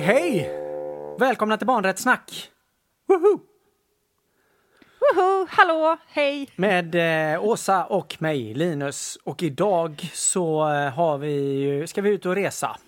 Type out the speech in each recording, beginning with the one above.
Hej! Välkomna till Barnrättssnack! Woho! Woho! Hallå! Hej! Med Åsa och mig, Linus. Och idag så ska vi ut och resa.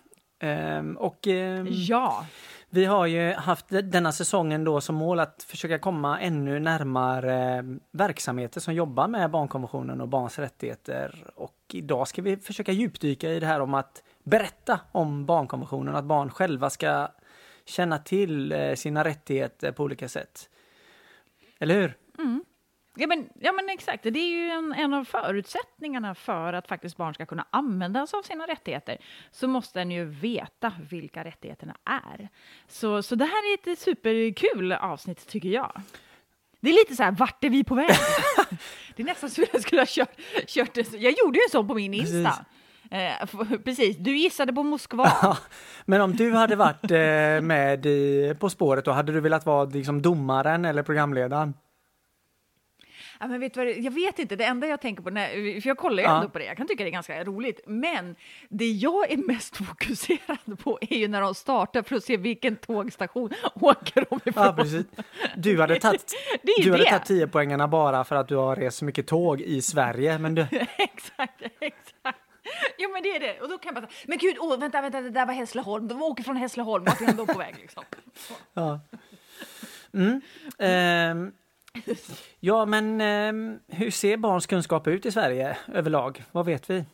Ja! Vi har ju haft denna säsongen då som mål att försöka komma ännu närmare verksamheter som jobbar med barnkonventionen och barns rättigheter. Och idag ska vi försöka djupdyka i det här om att berätta om barnkonventionen, att barn själva ska känna till sina rättigheter på olika sätt. Eller hur? Mm. Ja men exakt, det är ju en av förutsättningarna för att faktiskt barn ska kunna använda sig av sina rättigheter. Så måste en ju veta vilka rättigheterna är. Så det här är ett superkul avsnitt tycker jag. Det är lite så här, vart är vi på väg? Det är nästan så jag skulle ha kört det. Jag gjorde ju så på min Insta. Precis, du gissade på Moskva. Men om du hade varit med På spåret då, hade du velat vara liksom domaren eller programledaren? Ja, men vet du vad, jag vet inte, det enda jag tänker på, för jag kollar ju ändå på det, jag kan tycka det är ganska roligt, men det jag är mest fokuserad på är ju när de startar för att se vilken tågstation åker de ifrån. Ja, precis. Du hade tagit 10-poängarna bara för att du har rest så mycket tåg i Sverige. Men du... Exakt. Jo, men det är det. Och då kan jag bara säga, men gud, vänta, det där var Hässleholm. De åker från Hässleholm, vart är de då på väg liksom? Ja. Ja, men hur ser barns kunskap ut i Sverige överlag? Vad vet vi?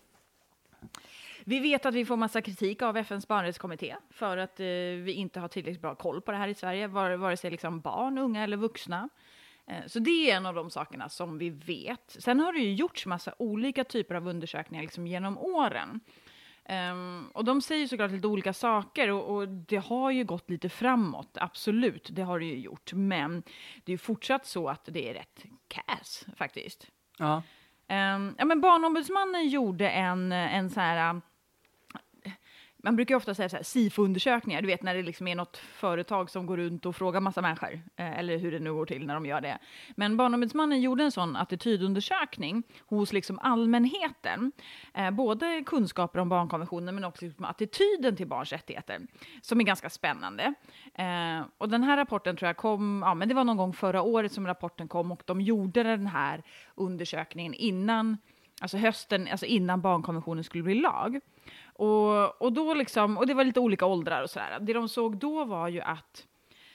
Vi vet att vi får massa kritik av FNs barnrättskommitté för att vi inte har tillräckligt bra koll på det här i Sverige, vare sig liksom barn, unga eller vuxna. Så det är en av de sakerna som vi vet. Sen har det ju gjorts massa olika typer av undersökningar liksom genom åren. Och de säger såklart lite olika saker och det har ju gått lite framåt, absolut, det har det ju gjort. Men det är ju fortsatt så att det är rätt kass faktiskt. Ja. Men Barnombudsmannen gjorde en så här... Man brukar ju ofta säga så här, SIFO-undersökningar, du vet när det liksom är något företag som går runt och frågar massa människor, eller hur det nu går till när de gör det. Men Barnombudsmannen gjorde en sån attitydundersökning hos liksom allmänheten, både kunskaper om barnkonventionen men också liksom attityden till barns rättigheter, som är ganska spännande. Och den här rapporten tror jag kom, men det var någon gång förra året som rapporten kom och de gjorde den här undersökningen innan, alltså hösten, alltså innan barnkonventionen skulle bli lag. Och då liksom, och det var lite olika åldrar och sådär. Det de såg då var ju att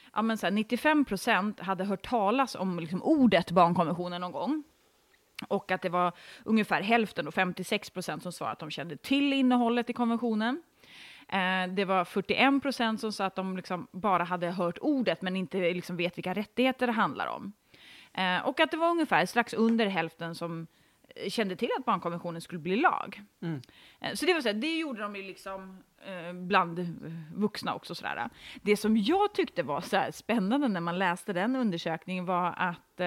95% hade hört talas om liksom ordet barnkonventionen någon gång. Och att det var ungefär hälften, och 56% som sa att de kände till innehållet i konventionen. Det var 41% som sa att de liksom bara hade hört ordet men inte liksom vet vilka rättigheter det handlar om. Och att det var ungefär strax under hälften som kände till att barnkonventionen skulle bli lag. Så det var så här, det gjorde de ju liksom bland vuxna också sådär. Det som jag tyckte var så här spännande när man läste den undersökningen var att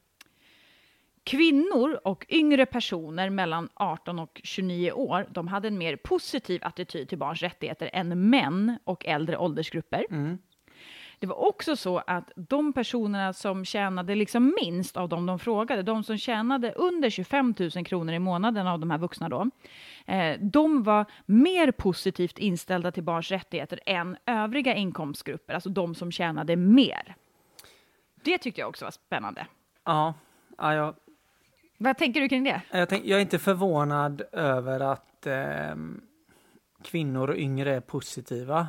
kvinnor och yngre personer mellan 18 och 29 år, de hade en mer positiv attityd till barns rättigheter än män och äldre åldersgrupper. Det var också så att de personerna som tjänade liksom minst av de frågade, de som tjänade under 25 000 kronor i månaden av de här vuxna då, de var mer positivt inställda till barns rättigheter än övriga inkomstgrupper, alltså de som tjänade mer. Det tyckte jag också var spännande. Ja. Vad tänker du kring det? Jag är inte förvånad över att kvinnor och yngre är positiva.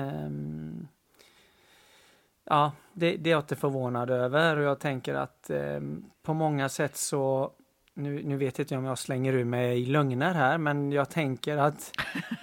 Ja, det är jag inte förvånad över, och jag tänker att på många sätt så, nu vet jag inte om jag slänger ur mig lögner här, men jag tänker att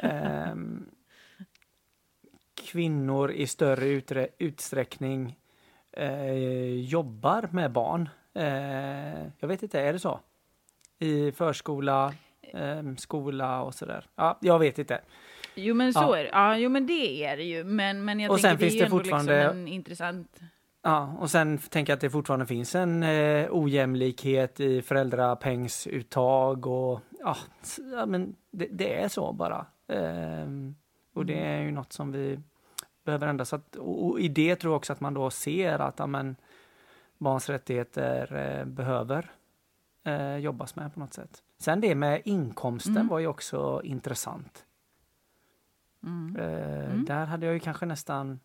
kvinnor i större utsträckning jobbar med barn. Jag vet inte, är det så? I förskola, skola och sådär. Ja, jag vet inte. Jo men så är det. Ja, jo men det är det ju. Men jag och tänker sen finns det är det fortfarande liksom en intressant... Ja, och sen tänker jag att det fortfarande finns en ojämlikhet i föräldrapengsuttag och men det är så bara. Och det är ju något som vi behöver ändra. Så att, och i det tror jag också att man då ser att barns rättigheter behöver jobbas med på något sätt. Sen det med inkomsten var ju också intressant. Där hade jag ju kanske nästan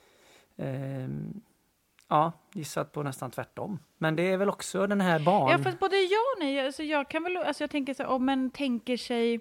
gissat på nästan tvärtom. Men det är väl också den här barn... Ja, fast både ja och nej. Alltså jag kan väl, alltså jag tänker så här, om man tänker sig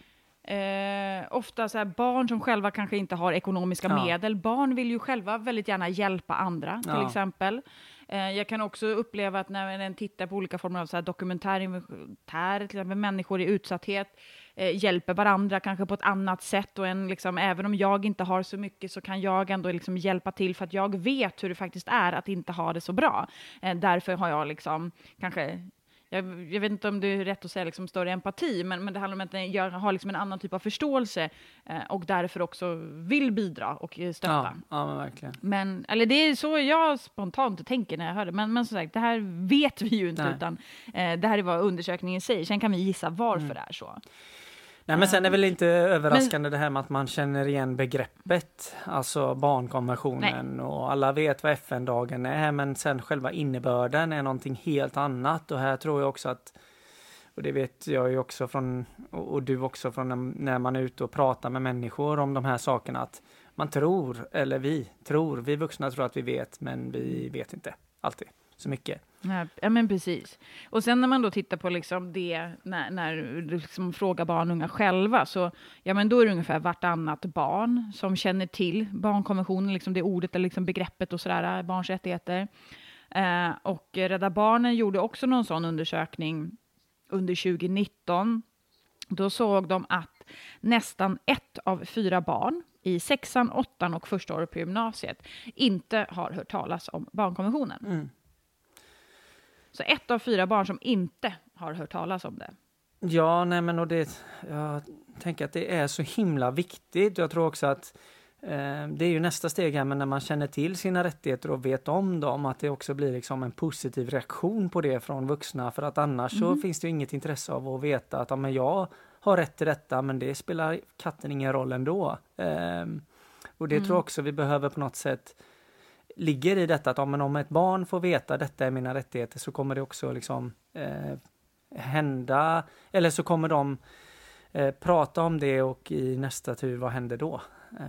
ofta så här, barn som själva kanske inte har ekonomiska medel. Barn vill ju själva väldigt gärna hjälpa andra, till exempel. Jag kan också uppleva att när man tittar på olika former av så här dokumentär, till exempel människor i utsatthet hjälper varandra kanske på ett annat sätt, och liksom, även om jag inte har så mycket så kan jag ändå liksom hjälpa till för att jag vet hur det faktiskt är att inte ha det så bra. Därför har jag liksom kanske... Jag vet inte om det är rätt att säga liksom större empati, men det handlar om att jag har liksom en annan typ av förståelse och därför också vill bidra och stötta. Ja, men verkligen. Men, eller det är så jag spontant tänker när jag hör det. Men som sagt, det här vet vi ju inte, utan det här är vad undersökningen säger. Sen kan vi gissa varför det är så. Nej, men sen är det väl inte överraskande det här med att man känner igen begreppet, alltså barnkonventionen, och alla vet vad FN-dagen är, men sen själva innebörden är någonting helt annat. Och här tror jag också att, och det vet jag ju också från, och du också från när man är ute och pratar med människor om de här sakerna, att man tror, eller vi vuxna tror att vi vet, men vi vet inte alltid så mycket. Ja, men precis. Och sen när man då tittar på liksom det, när du liksom frågar barn och unga själva, så ja, men då är det ungefär vartannat barn som känner till barnkonventionen, liksom det ordet eller liksom begreppet och sådär, barns rättigheter. Och Rädda Barnen gjorde också någon sån undersökning under 2019. Då såg de att nästan 1 av 4 barn i 6:an, 8:an och första året på gymnasiet inte har hört talas om barnkonventionen. Så 1 av 4 barn som inte har hört talas om det. Ja, nej, men och jag tänker att det är så himla viktigt. Jag tror också att det är ju nästa steg här, men när man känner till sina rättigheter och vet om dem, att det också blir liksom en positiv reaktion på det från vuxna. För att annars så finns det ju inget intresse av att veta att men jag har rätt till detta, men det spelar katten ingen roll ändå. Och det tror jag också vi behöver på något sätt ligger i detta, att om ett barn får veta detta är mina rättigheter, så kommer det också liksom hända, eller så kommer de prata om det, och i nästa tur, vad händer då?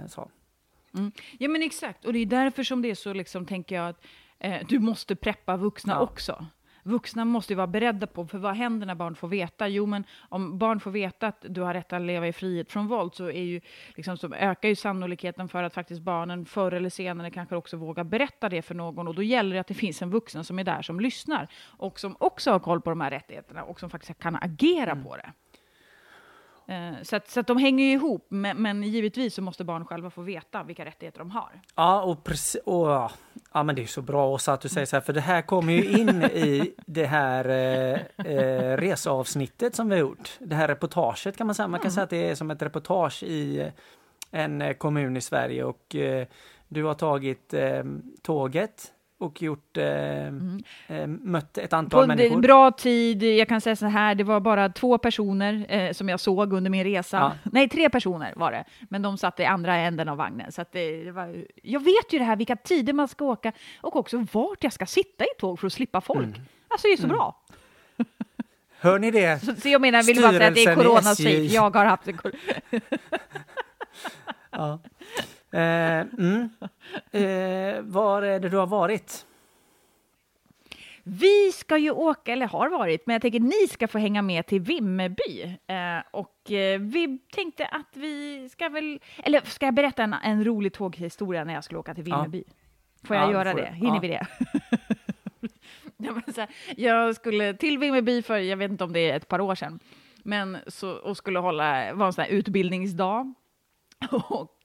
Ja, men exakt, och det är därför som det är så liksom, tänker jag, att du måste preppa vuxna också. Vuxna måste ju vara beredda på, för vad händer när barn får veta? Jo, men om barn får veta att du har rätt att leva i frihet från våld, så är ju liksom, så ökar ju sannolikheten för att faktiskt barnen förr eller senare kanske också vågar berätta det för någon, och då gäller det att det finns en vuxen som är där, som lyssnar och som också har koll på de här rättigheterna och som faktiskt kan agera på det. Så att de hänger ju ihop, men givetvis så måste barn själva få veta vilka rättigheter de har. Ja, ja, men det är så bra också att du säger så här, för det här kommer ju in i det här reseavsnittet som vi har gjort. Det här reportaget kan man säga. Man kan säga att det är som ett reportage i en kommun i Sverige, och du har tagit tåget och gjort mött ett antal människor. På bra tid, jag kan säga så här, det var bara 2 personer som jag såg under min resa. Ja. Nej, 3 personer var det. Men de satt i andra änden av vagnen. Så att det var, jag vet ju det här, vilka tider man ska åka, och också vart jag ska sitta i tåg för att slippa folk. Alltså det är så bra. Hör ni det? Så jag menar, vill bara säga att det är corona-safe. Jag har haft en ja. Var är det du har varit? Vi ska ju åka, eller har varit, men jag tänker ni ska få hänga med till Vimmerby. Och vi tänkte att vi ska väl, eller ska jag berätta en rolig tåghistoria när jag skulle åka till Vimmerby? Får jag göra det? Hinner vi det? Jag skulle till Vimmerby för, jag vet inte om det är ett par år sedan, men och skulle vara en sån här utbildningsdag. Och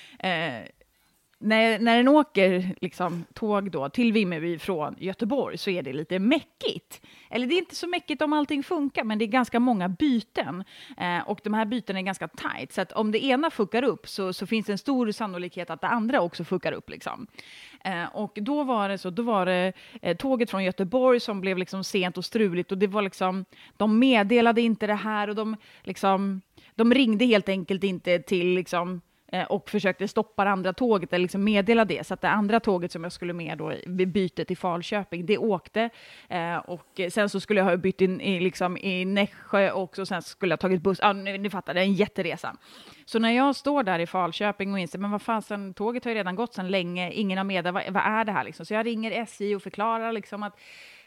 när den åker liksom, tåg då, till Vimmerby från Göteborg, så är det lite mäckigt. Eller det är inte så mäckigt om allting funkar, men det är ganska många byten. Och de här byten är ganska tight. Så att om det ena fuckar upp så finns det en stor sannolikhet att det andra också fuckar upp. Liksom. Och då var det tåget från Göteborg som blev liksom sent och struligt. Och det var liksom, de meddelade inte det här, och de ringde helt enkelt inte till liksom och försökte stoppa det andra tåget eller liksom meddela det. Så att det andra tåget som jag skulle med då vid bytet i Falköping, det åkte. Och sen så skulle jag ha bytt in i Nässjö också, och sen skulle jag tagit buss. Ni fattar, det är en jätteresa. Så när jag står där i Falköping och inser, men vad fan, tåget har ju redan gått sedan länge, ingen har med, vad är det här liksom? Så jag ringer SJ och förklarar liksom att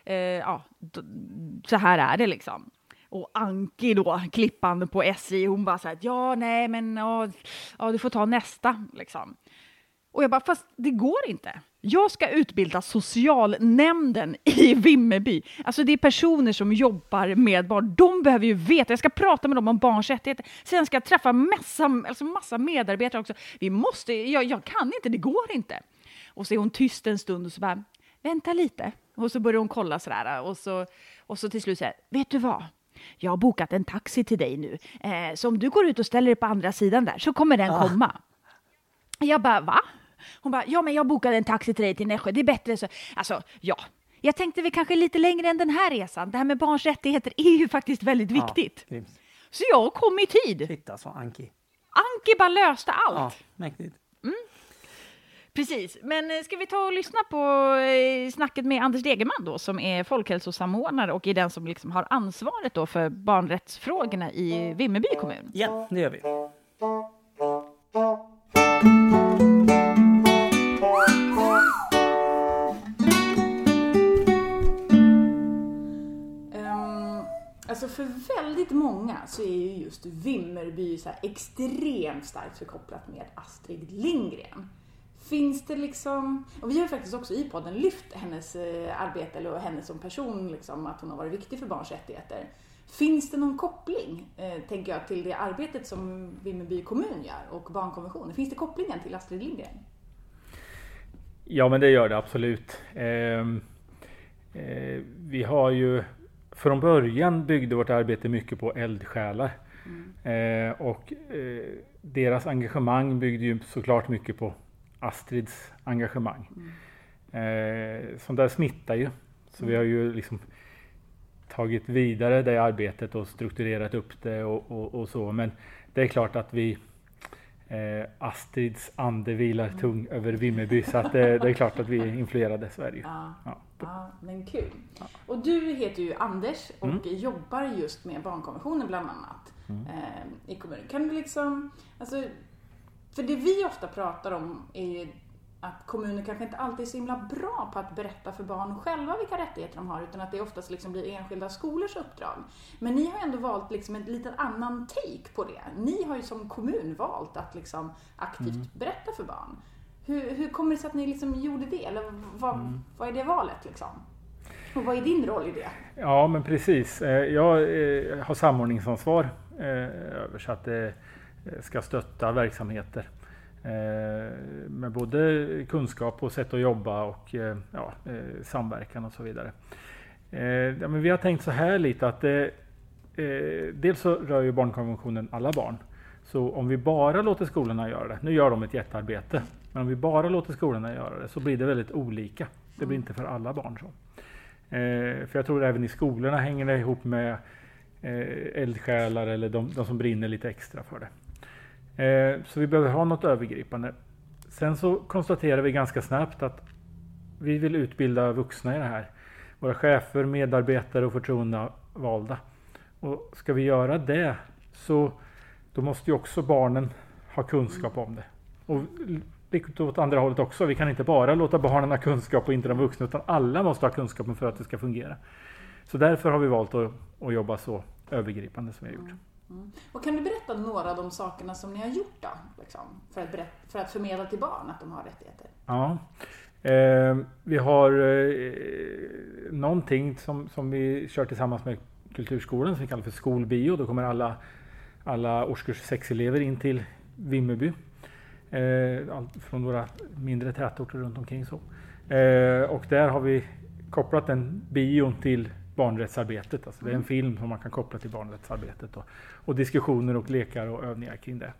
så här är det liksom. Och Anki då, klippande på SJ, hon bara så här, du får ta nästa liksom. Och jag bara, fast det går inte. Jag ska utbilda socialnämnden i Vimmerby. Alltså det är personer som jobbar med barn. De behöver ju veta. Jag ska prata med dem om barns rättigheter. Sen ska jag träffa massa medarbetare också. Jag kan inte, det går inte. Och så är hon tyst en stund och så bara, vänta lite. Och så börjar hon kolla sådär. Och så till slut säger, vet du vad? Jag har bokat en taxi till dig nu. Så om du går ut och ställer dig på andra sidan där så kommer den komma. Jag bara, va? Hon bara, ja men jag bokade en taxi till dig till Nässjö. Det är bättre så. Alltså, ja. Jag tänkte vi kanske lite längre än den här resan. Det här med barns rättigheter är ju faktiskt väldigt viktigt. Så jag kom i tid. Titta så Anki. Anki bara löste allt. Ja, mäktigt. Precis, men ska vi ta och lyssna på snacket med Anders Degerman då, som är folkhälsosamordnare och är den som liksom har ansvaret då för barnrättsfrågorna i Vimmerby kommun. Ja, det gör vi. Alltså för väldigt många så är ju just Vimmerby så här extremt starkt förkopplat med Astrid Lindgren. Finns det liksom, och vi har ju faktiskt också i podden lyft hennes arbete eller henne som person, liksom, att hon har varit viktig för barns rättigheter. Finns det någon koppling, tänker jag, till det arbetet som Vimmerby kommun gör och barnkonventionen? Finns det kopplingen till Astrid Lindgren? Ja, men det gör det absolut. Vi har ju från början byggde vårt arbete mycket på eldsjälar. Och deras engagemang byggde ju såklart mycket på Astrids engagemang. Som där smittar ju. Så vi har ju liksom tagit vidare det arbetet och strukturerat upp det och så. Men det är klart att Astrids ande vilar tung över Vimmerby, så att det är klart att vi är influerade Sverige. Ja, men kul. Ja. Och du heter ju Anders och jobbar just med barnkonventionen bland annat i kommunen. Kan du liksom, alltså, för det vi ofta pratar om är ju att kommuner kanske inte alltid är så himla bra på att berätta för barn själva vilka rättigheter de har, utan att det oftast liksom blir enskilda skolors uppdrag. Men ni har ändå valt liksom en liten annan take på det. Ni har ju som kommun valt att liksom aktivt berätta för barn. Hur kommer det sig att ni liksom gjorde det? Eller vad är det valet liksom? Och vad är din roll i det? Ja, men precis. Jag har samordningsansvar över så att det ska stötta verksamheter med både kunskap och sätt att jobba och samverkan och så vidare. Men vi har tänkt så här lite att dels så rör ju barnkonventionen alla barn. Så om vi bara låter skolorna göra det, nu gör de ett jättearbete, men om vi bara låter skolorna göra det så blir det väldigt olika. Det blir inte för alla barn så. För jag tror även i skolorna hänger det ihop med eldsjälar eller de som brinner lite extra för det. Så vi behöver ha något övergripande. Sen så konstaterar vi ganska snabbt att vi vill utbilda vuxna i det här. Våra chefer, medarbetare och förtroendevalda. Och ska vi göra det så då måste ju också barnen ha kunskap om det. Och lite åt andra hållet också. Vi kan inte bara låta barnen ha kunskap och inte de vuxna, utan alla måste ha kunskapen för att det ska fungera. Så därför har vi valt att jobba så övergripande som vi har gjort. Och kan du berätta några av de sakerna som ni har gjort då, liksom, för att förmedla till barn att de har rättigheter? Ja, vi har någonting som vi kör tillsammans med Kulturskolan som vi kallar för skolbio. Då kommer alla årskurs 6-elever in till Vimmerby. Från våra mindre tätorter runt omkring så. Och där har vi kopplat den bion till barnrättsarbetet. Alltså det är en film som man kan koppla till barnrättsarbetet och diskussioner och lekar och övningar kring det.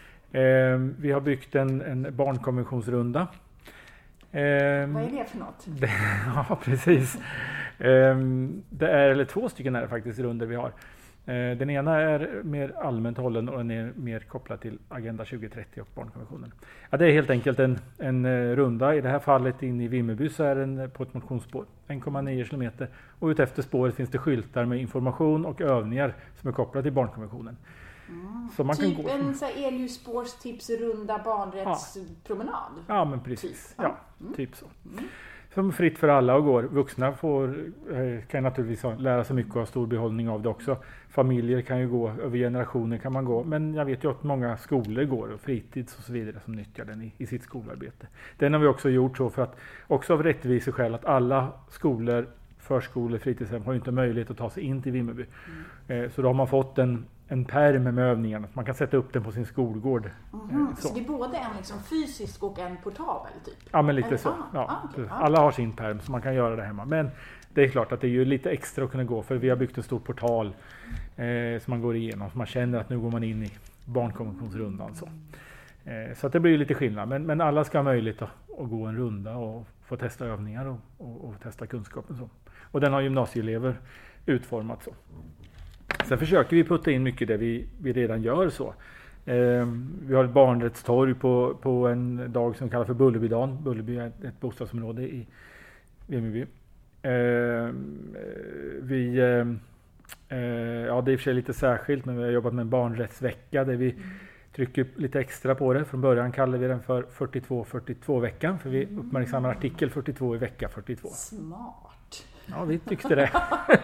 Vi har byggt en barnkonventionsrunda. Vad är det för något? Ja, precis. Det är, eller 2 stycken är det faktiskt runder vi har. Den ena är mer allmänt hållen och den är mer kopplad till Agenda 2030 och barnkonventionen. Ja, det är helt enkelt en runda. I det här fallet in i Vimmerby så är den på ett motionsspår, 1,9 kilometer. Och utefter spåret finns det skyltar med information och övningar som är kopplade till barnkonventionen. Så man typ kan gå en så här elljusspårstipsrunda barnrättspromenad? Ja, men precis. Typ. Typ så. Som fritt för alla att gå. Vuxna kan naturligtvis lära sig mycket och ha stor behållning av det också. Familjer kan ju gå, över generationer kan man gå. Men jag vet ju att många skolor går och fritids och så vidare som nyttjar den i sitt skolarbete. Den har vi också gjort så för att, också av rättviseskäl, att alla skolor, förskolor, fritidshem har ju inte möjlighet att ta sig in till Vimmerby. Så då har man fått en pärm med övningarna. Man kan sätta upp den på sin skolgård. Så det är både en liksom fysisk och en portabel typ? Ja, men lite så. Okay. Alla har sin pärm så man kan göra det hemma. Men det är klart att det är ju lite extra att kunna gå, för vi har byggt en stor portal som man går igenom. Så man känner att nu går man in i barnkonventionsrundan. Så att det blir ju lite skillnad. Men alla ska ha möjlighet att gå en runda och få testa övningar och testa kunskapen. Så. Och den har gymnasieelever utformat så. Sen försöker vi putta in mycket det vi redan gör så. Vi har ett barnrättstorg på en dag som kallas för Bullerbydagen. Bullerby är ett bostadsområde i Vimmerby. Det är i och för sig lite särskilt, men vi har jobbat med en barnrättsvecka där vi trycker lite extra på det. Från början kallar vi den för 42-42-veckan, för vi uppmärksammar artikel 42 i vecka 42. Smart. Ja, vi tyckte det.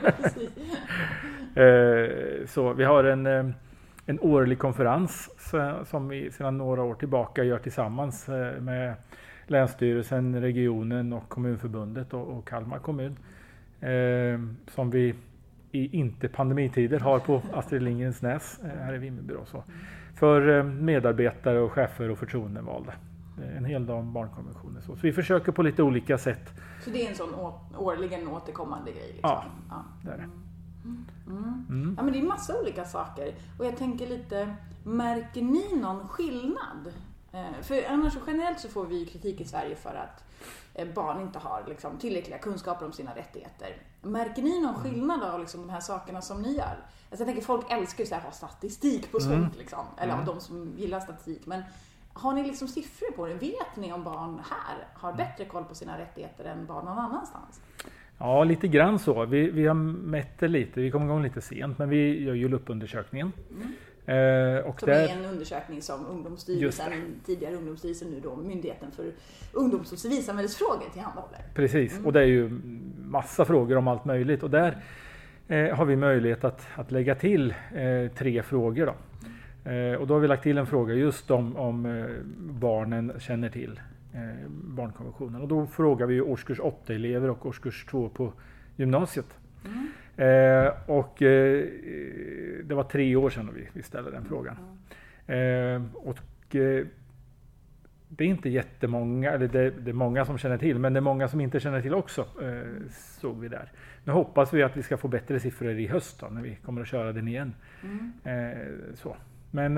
Så vi har en årlig konferens som vi sedan några år tillbaka gör tillsammans med Länsstyrelsen, regionen och Kommunförbundet och Kalmar kommun. Som vi i inte pandemitider har på Astrid Lindgrens Näs här i Vimmerby. För medarbetare och chefer och förtroendevalda. En hel dag om barnkonventionen. Så vi försöker på lite olika sätt. Så det är en sån årligen återkommande grej? Liksom. Ja, det är det. Ja, men det är massa olika saker. Och jag tänker lite, märker ni någon skillnad? För annars generellt så får vi kritik i Sverige för att barn inte har liksom tillräckliga kunskaper om sina rättigheter. Märker ni någon skillnad av liksom de här sakerna som ni gör? Alltså jag tänker, folk älskar ju så här att ha statistik på sånt liksom. Eller de som gillar statistik. Men har ni liksom siffror på det? Vet ni om barn här har bättre koll på sina rättigheter än barn någon annanstans? Ja, lite grann så. Vi har mätt det lite. Vi kom igång lite sent, men vi gör ju LUP-undersökningen. Och som är en undersökning som Ungdomsstyrelsen, tidigare Ungdomsstyrelsen, nu då Myndigheten för ungdoms- och civilsamhällesfrågor tillhandahåller. Precis, och det är ju massa frågor om allt möjligt. Och där har vi möjlighet att lägga till 3 frågor då. Och då har vi lagt till en fråga just om barnen känner till barnkonventionen. Och då frågar vi ju årskurs 8-elever och årskurs 2 på gymnasiet. Och det var 3 år sedan vi ställde den frågan. Och det är inte jättemånga, eller det är många som känner till, men det är många som inte känner till också, såg vi där. Nu hoppas vi att vi ska få bättre siffror i höst då, när vi kommer att köra den igen. Så. Men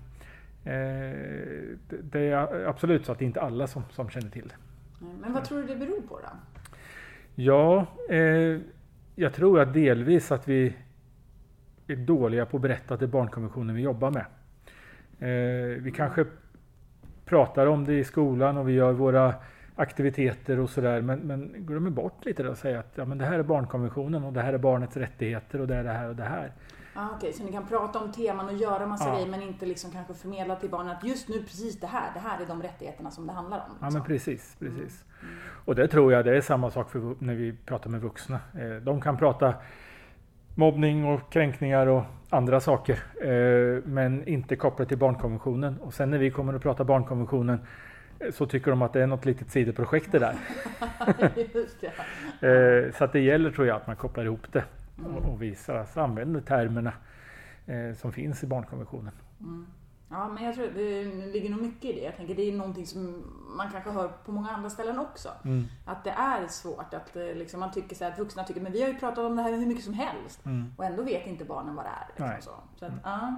det är absolut så att det är inte alla som känner till det. Men vad tror du det beror på då? Ja, jag tror att delvis att vi är dåliga på att berätta att det är barnkonventionen vi jobbar med. Vi kanske pratar om det i skolan och vi gör våra aktiviteter och sådär, men glömmer bort lite det och säger att men det här är barnkonventionen och det här är barnets rättigheter och det är det här och det här. Okej, så ni kan prata om teman och göra massa grejer, men inte liksom kanske förmedla till barnen att just nu precis det här är de rättigheterna som det handlar om. Liksom. Ja, men precis. Och det tror jag det är samma sak när vi pratar med vuxna. De kan prata mobbning och kränkningar och andra saker, men inte kopplat till barnkonventionen. Och sen när vi kommer att prata barnkonventionen så tycker de att det är något litet sidoprojekt det där. Just det. Så att det gäller, tror jag, att man kopplar ihop det och visar, alltså använder termerna som finns i barnkonventionen. Ja, men jag tror det ligger nog mycket i det. Jag tänker det är någonting som man kanske hör på många andra ställen också. Att det är svårt att liksom, man tycker så här, att vuxna tycker, men vi har ju pratat om det här hur mycket som helst. Och ändå vet inte barnen vad det är. Liksom, så att,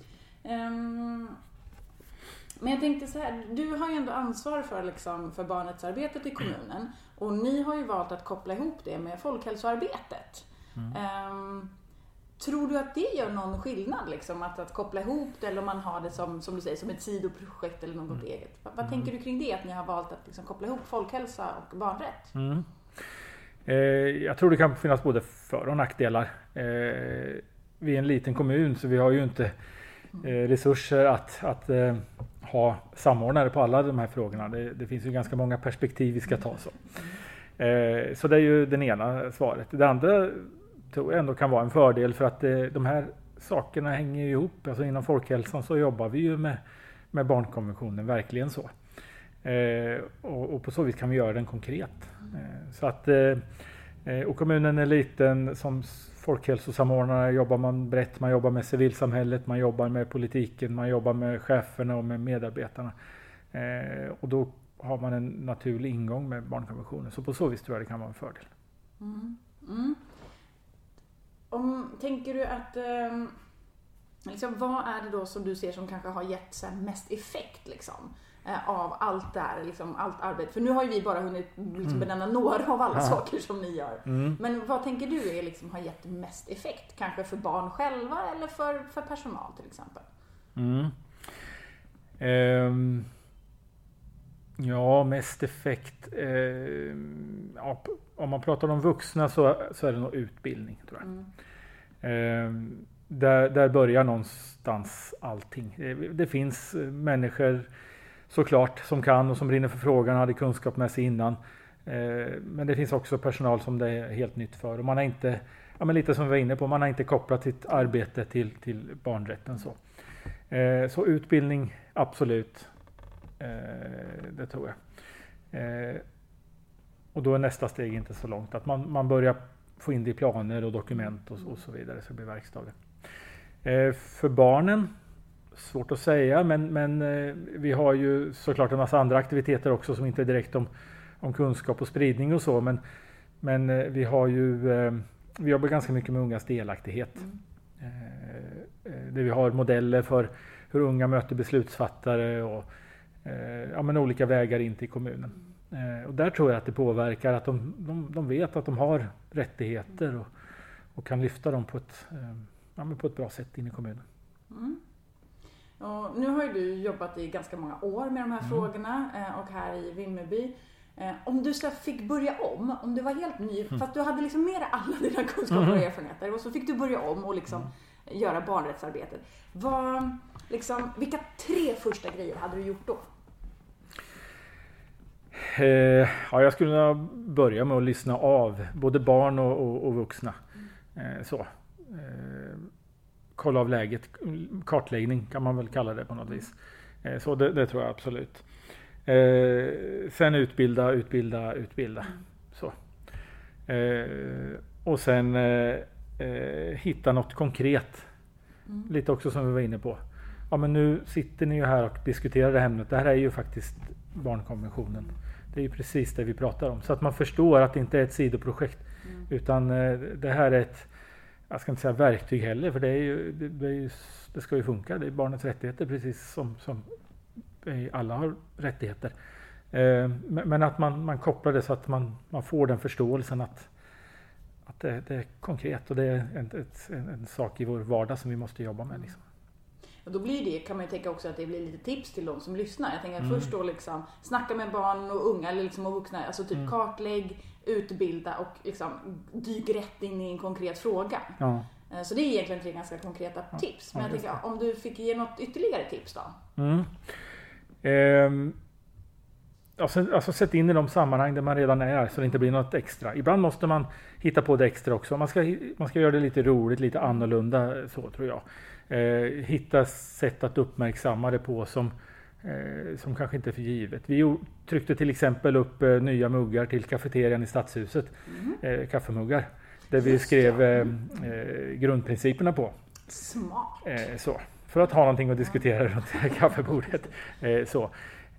men jag tänkte så här, du har ju ändå ansvar för barnrättsarbetet i kommunen. Och ni har ju valt att koppla ihop det med folkhälsoarbetet. Tror du att det gör någon skillnad liksom, att koppla ihop det, eller om man har det som du säger, som ett sidoprojekt eller något eget? Vad tänker du kring det, att ni har valt att liksom koppla ihop folkhälsa och barnrätt? Jag tror det kan finnas både för- och nackdelar. Vi är en liten kommun, så vi har ju inte resurser att ha samordnare på alla de här frågorna. Det finns ju ganska många perspektiv vi ska ta. Så det är ju den ena svaret. Det andra tror jag ändå kan vara en fördel, för att de här sakerna hänger ihop. Alltså inom folkhälsan så jobbar vi ju med barnkonventionen, verkligen så. Och på så vis kan vi göra den konkret. Så att, och kommunen är liten, som folkhälsosamordnare jobbar man brett. Man jobbar med civilsamhället, man jobbar med politiken, man jobbar med cheferna och med medarbetarna. Och då har man en naturlig ingång med barnkonventionen. Så på så vis tror jag det kan vara en fördel. Tänker du att liksom, vad är det då som du ser som kanske har gett så här mest effekt liksom, av allt det här, liksom, allt arbete? För nu har ju vi bara hunnit liksom, benämna några av alla saker som ni gör. Men vad tänker du är, liksom, har gett mest effekt? Kanske för barn själva eller för personal till exempel? Ja, mest effekt. Ja, om man pratar om vuxna så är det nog utbildning, tror jag. Där börjar någonstans allting. Det finns människor såklart som kan och som brinner för frågan, hade kunskap med sig innan. Men det finns också personal som det är helt nytt för. Och man har inte, men lite som vi var inne på, man har inte kopplat sitt arbete till barnrätten. Så utbildning, absolut. Det tror jag. Och då är nästa steg inte så långt. Att man börjar få in det i planer och dokument och så vidare, så det blir verkstaden. För barnen, svårt att säga, men vi har ju såklart en massa andra aktiviteter också som inte är direkt om kunskap och spridning och så. Men vi har ju, vi jobbar ganska mycket med ungas delaktighet. Där vi har modeller för hur unga möter beslutsfattare och olika vägar in till kommunen. Och där tror jag att det påverkar att de vet att de har rättigheter och kan lyfta dem på ett bra sätt in i kommunen. Och nu har ju du jobbat i ganska många år med de här frågorna och här i Vimmerby. Om du så fick börja om du var helt ny, fast du hade liksom med alla dina kunskaper och erfarenheter, och så fick du börja om och liksom göra barnrättsarbetet. Vilka 3 första grejer hade du gjort då? Jag skulle börja med att lyssna av både barn och vuxna. Kolla av läget, kartläggning kan man väl kalla det på något vis. Så det tror jag absolut. Sen utbilda. Så. Och sen hitta något konkret. Lite också som vi var inne på. Ja, men nu sitter ni ju här och diskuterar det här ämnet. Det här är ju faktiskt barnkonventionen. Det är ju precis det vi pratar om. Så att man förstår att det inte är ett sidoprojekt. Utan det här är ett, jag ska inte säga verktyg heller, för det ska ju funka. Det är barnets rättigheter precis som alla har rättigheter. Men att man kopplar det så att man får den förståelsen att det är konkret och det är en sak i vår vardag som vi måste jobba med. Liksom. Och då blir det, kan man ju tänka också, att det blir lite tips till de som lyssnar. Jag tänker först då liksom snacka med barn och unga eller liksom och vuxna, alltså typ kartlägg, utbilda och liksom dyk rätt in i en konkret fråga. Ja. Så det är egentligen 3 ganska konkreta tips. Men jag tänker, om du fick ge något ytterligare tips då? Alltså sätt in i de sammanhang där man redan är, så det inte blir något extra. Ibland måste man hitta på det extra också. Man ska göra det lite roligt, lite annorlunda, så tror jag. Hitta sätt att uppmärksamma det på som kanske inte är för givet. Vi tryckte till exempel upp nya muggar till kafeterian i Stadshuset, kaffemuggar, där vi skrev grundprinciperna på. Smart. För att ha någonting att diskutera runt kaffebordet. Så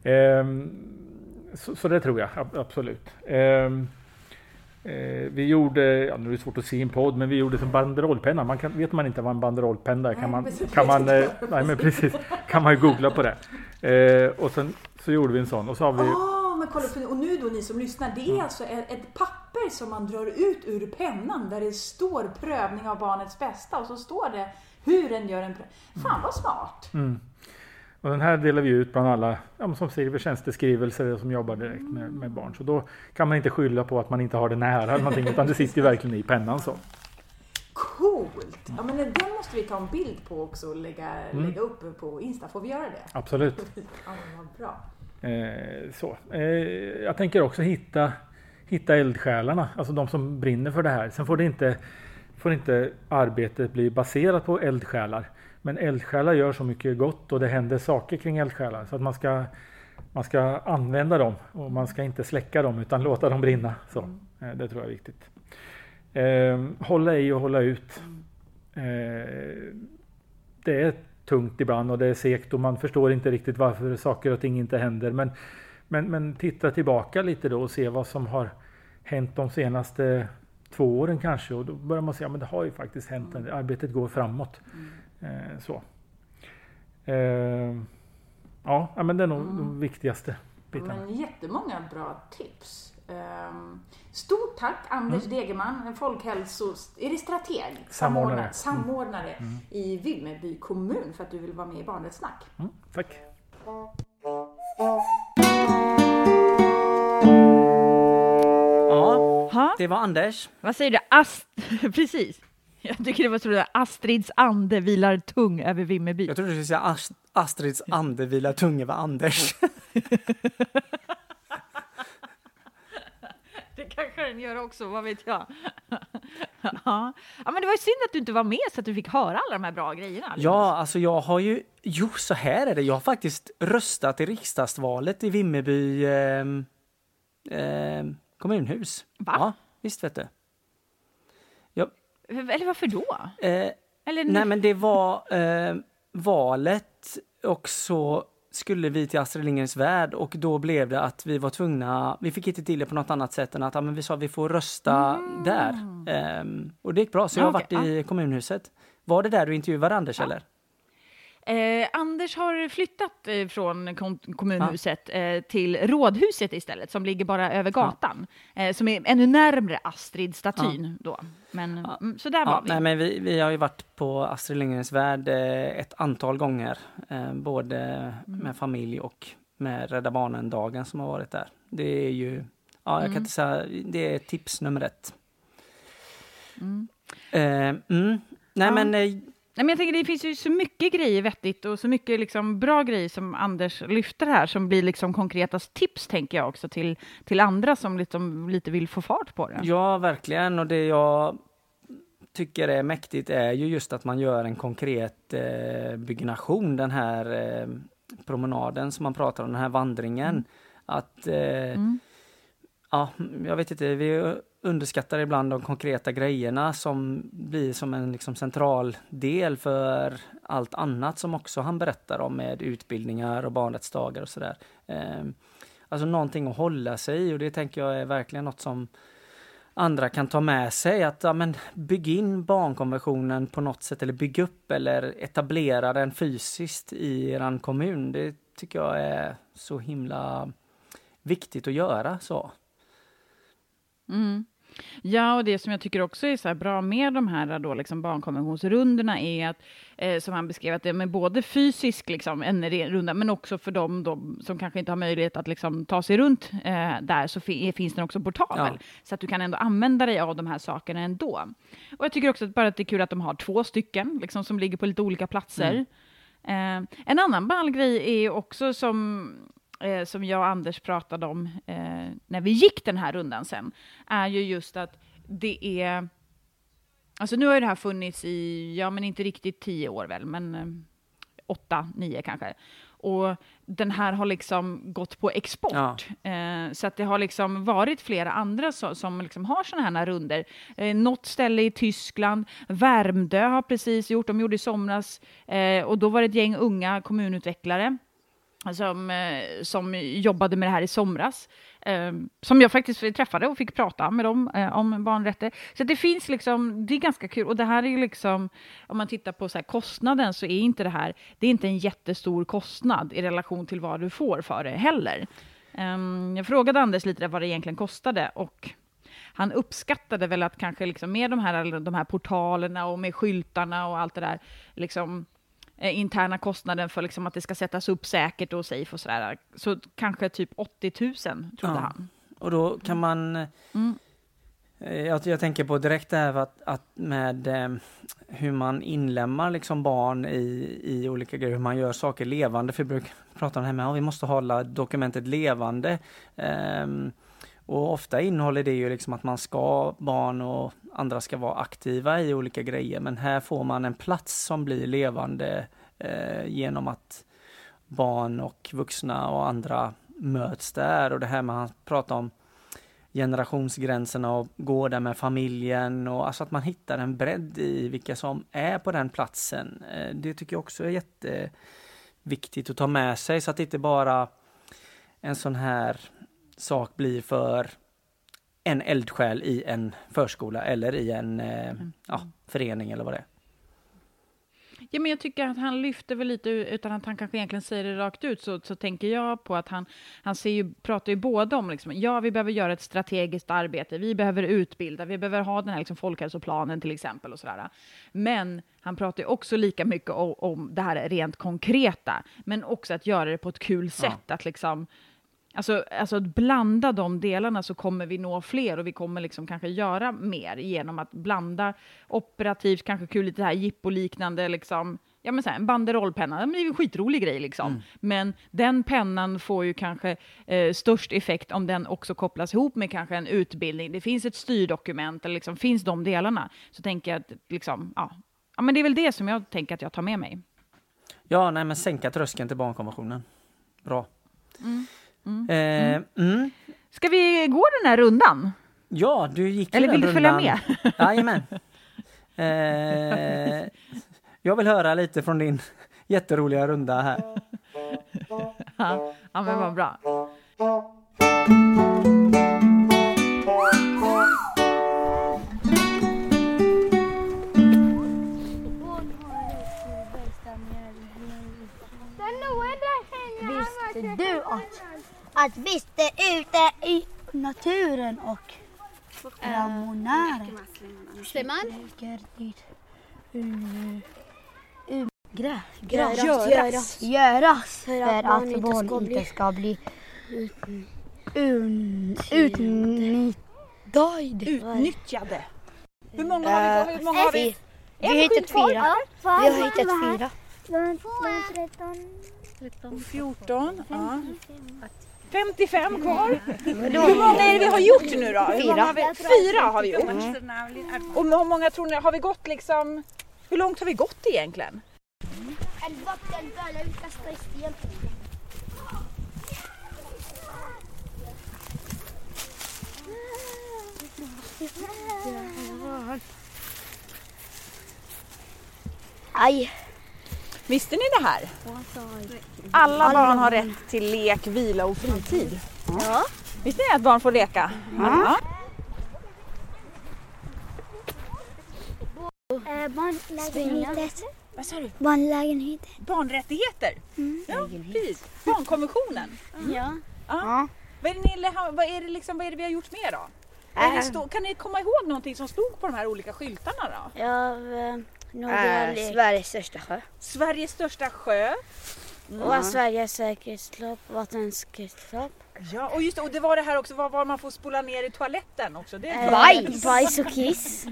det tror jag absolut. Vi gjorde, nu är det svårt att se i en podd, men vi gjorde som banderollpenna. Vet man inte vad en banderollpenna är, kan man ju googla på det. Och sen så gjorde vi en sån, och så har vi men kolla, och nu då ni som lyssnar, det är alltså ett papper som man drar ut ur pennan där det står prövning av barnets bästa och så står det hur den gör en prövning. Fan vad smart! Och den här delar vi ut bland alla som skriver tjänsteskrivelser som jobbar direkt med barn. Så då kan man inte skylla på att man inte har det nära eller någonting, utan det sitter ju verkligen i pennan så. Coolt! Ja, men den måste vi ta en bild på också och lägga upp på Insta. Får vi göra det? Absolut. Ja, vad bra. Jag tänker också hitta eldsjälarna, alltså de som brinner för det här. Sen får inte arbetet bli baserat på eldsjälar. Men eldsjälar gör så mycket gott och det händer saker kring eldsjälar. Så att man ska använda dem och man ska inte släcka dem utan låta dem brinna. Så, det tror jag är viktigt. Hålla i och hålla ut. Det är tungt ibland och det är segt och man förstår inte riktigt varför saker och ting inte händer. Men titta tillbaka lite då och se vad som har hänt de senaste 2 åren kanske. Och då börjar man säga att det har ju faktiskt hänt. Arbetet går framåt. Men det är nog de viktigaste bitarna. Men jättemånga bra tips. Stort tack Anders Degerman, folkhälsostrateg, samordnare i Vimmerby kommun för att du vill vara med i Barnrättssnack. Tack. Ja, det var Anders. Vad säger du? Precis. Jag tycker det var så att Astrids ande vilar tung över Vimmerby. Jag trodde du skulle säga Astrids ande vilar tung över Anders. Det kanske den gör också, vad vet jag. Ja, men det var ju synd att du inte var med så att du fick höra alla de här bra grejerna. Ja, alltså jag har ju... Jo, så här är det. Jag har faktiskt röstat i riksdagsvalet i Vimmerby kommunhus. Va? Ja, visst vet du. Eller varför då? Nej, men det var valet och så skulle vi till Astrid Lindgrens Värld och då blev det att vi var tvungna, vi fick inte till det på något annat sätt än att men vi sa att vi får rösta där. Och det gick bra, så jag har varit i kommunhuset. Var det där du intervjuade Anders eller? Anders har flyttat från kommunhuset till rådhuset istället, som ligger bara över gatan. Som är ännu närmare Astrid-statyn då. Men så där var vi. Nej, men vi har ju varit på Astrid Lindgrens Värld ett antal gånger. Både med familj och med Rädda Barnen-dagen som har varit där. Det är ju, jag kan inte säga, det är tips nummer 1. Men jag tänker det finns ju så mycket grejer vettigt och så mycket liksom bra grejer som Anders lyfter här som blir liksom konkreta tips, tänker jag också till andra som liksom lite vill få fart på det. Ja, verkligen. Och det jag tycker är mäktigt är ju just att man gör en konkret byggnation, den här promenaden som man pratar om, den här vandringen. Att jag vet inte, vi underskattar ibland de konkreta grejerna som blir som en liksom central del för allt annat som också han berättar om med utbildningar och barnrättsdagar och sådär. Alltså någonting att hålla sig i, och det tänker jag är verkligen något som andra kan ta med sig. Att bygg in barnkonventionen på något sätt, eller bygg upp eller etablera den fysiskt i er kommun. Det tycker jag är så himla viktigt att göra så. Ja, och det som jag tycker också är så här bra med de här då liksom barnkonventionsrundorna är att, som han beskrev, att det är både fysisk liksom, en runda, men också för dem då, som kanske inte har möjlighet att liksom, ta sig runt där, så finns den också portabel. Ja. Så att du kan ändå använda dig av de här sakerna ändå. Och jag tycker också att det är kul att de har 2 stycken liksom, som ligger på lite olika platser. En annan ballgrej är också som jag och Anders pratade om när vi gick den här rundan sen, är ju just att det är, alltså nu har ju det här funnits i, men inte riktigt 10 år väl, men 8-9 kanske. Och den här har liksom gått på export. Så att det har liksom varit flera andra som liksom har såna här runder. Något ställe i Tyskland, Värmdö har precis gjort, de gjorde i somras, och då var det ett gäng unga kommunutvecklare som jobbade med det här i somras, som jag faktiskt träffade och fick prata med dem om barnrätter. Så det finns liksom, det är ganska kul, och det här är ju liksom, om man tittar på så här kostnaden, så är inte det här, det är inte en jättestor kostnad i relation till vad du får för det heller. Jag frågade Anders lite vad det egentligen kostade och han uppskattade väl att kanske liksom med de här portalerna och med skyltarna och allt det där liksom interna kostnaden för liksom att det ska sättas upp säkert och safe och sådär. Så kanske typ 80 000 trodde han. Och då kan man... Jag tänker på direkt det här att med hur man inlämnar liksom barn i olika grejer, hur man gör saker levande. För vi brukar prata om det här med att vi måste hålla dokumentet levande. Och ofta innehåller det ju liksom att barn och andra ska vara aktiva i olika grejer. Men här får man en plats som blir levande genom att barn och vuxna och andra möts där. Och det här med att prata om generationsgränserna och gå där med familjen. Och alltså att man hittar en bredd i vilka som är på den platsen. Det tycker jag också är jätteviktigt att ta med sig. Så att det inte bara en sån här sak blir för en eldsjäl i en förskola eller i en förening eller vad det är. Ja, men jag tycker att han lyfter väl lite utan att han kanske egentligen säger det rakt ut så tänker jag på att han pratar ju både om liksom, vi behöver göra ett strategiskt arbete, vi behöver utbilda, vi behöver ha den här liksom folkhälsoplanen till exempel och sådär. Men han pratar ju också lika mycket om det här rent konkreta, men också att göra det på ett kul sätt, att liksom Alltså att blanda de delarna så kommer vi nå fler och vi kommer liksom kanske göra mer genom att blanda operativt, kanske kul lite här jippo-liknande liksom, ja men så här, en banderollpenna, det är en skitrolig grej liksom. Men den pennan får ju kanske störst effekt om den också kopplas ihop med kanske en utbildning. Det finns ett styrdokument eller liksom finns de delarna. Så tänker jag att liksom, ja men det är väl det som jag tänker att jag tar med mig. Ja, nej men sänka tröskeln till barnkonventionen. Bra. Ska vi gå den här rundan? Ja, du gick eller vill du följa med? Jajamän. Jag vill höra lite från din jätteroliga runda här. Ja, men vad bra. Visste du att visst är ute i naturen och ramonären göras för att barn inte ska bli utnyttjade. Hur många har vi? Vi har hittat 4. Vi har hittat 4. 14, ja. 55 kvar. Hur många är det vi har gjort nu då? 4 har vi gjort. Och hur många tror ni har vi gått liksom? Hur långt har vi gått egentligen? En vattenböla vi kastar i sten. Aj. Visste ni det här? Alla barn har rätt till lek, vila och fritid. Ja. Visste ni att barn får leka? Ja. Barnlägenheter. Vad sa du? Barnlägenheter. Barnrättigheter? Ja, precis. Barnkonventionen. Ja. Vad är det vi har gjort mer då? Kan ni komma ihåg någonting som stod på de här olika skyltarna då? Ja, Sveriges största sjö. Sveriges största sjö. Och Sveriges säkerhetslopp, vattenskridlopp. Ja, och just det, och det var det här också, var man får spola ner i toaletten också. Bajs och kiss.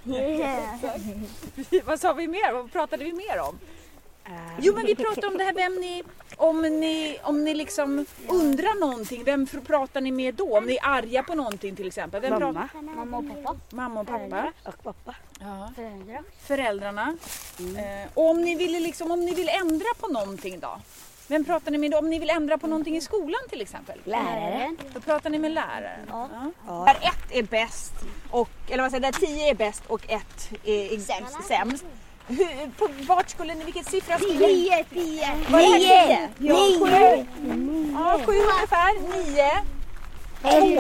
Vad sa vi mer? Vad pratade vi mer om? Jo, men vi pratade om det här, om ni liksom undrar någonting, vem pratar ni med då? Om ni är arga på någonting till exempel. Mamma och pappa. Mamma och pappa. Och pappa. Ja. Föräldrarna. Och om ni vill ändra på någonting då? Vem pratar ni med då? Om ni vill ändra på någonting i skolan till exempel? Läraren. Då pratar ni med läraren. Ja. Där 1 är bäst, där 10 är bäst och 1 är sämst. Vart skulle ni, vilken siffra skulle ni? 10. Var det här 10? 9. Ja, 7 ungefär, 9.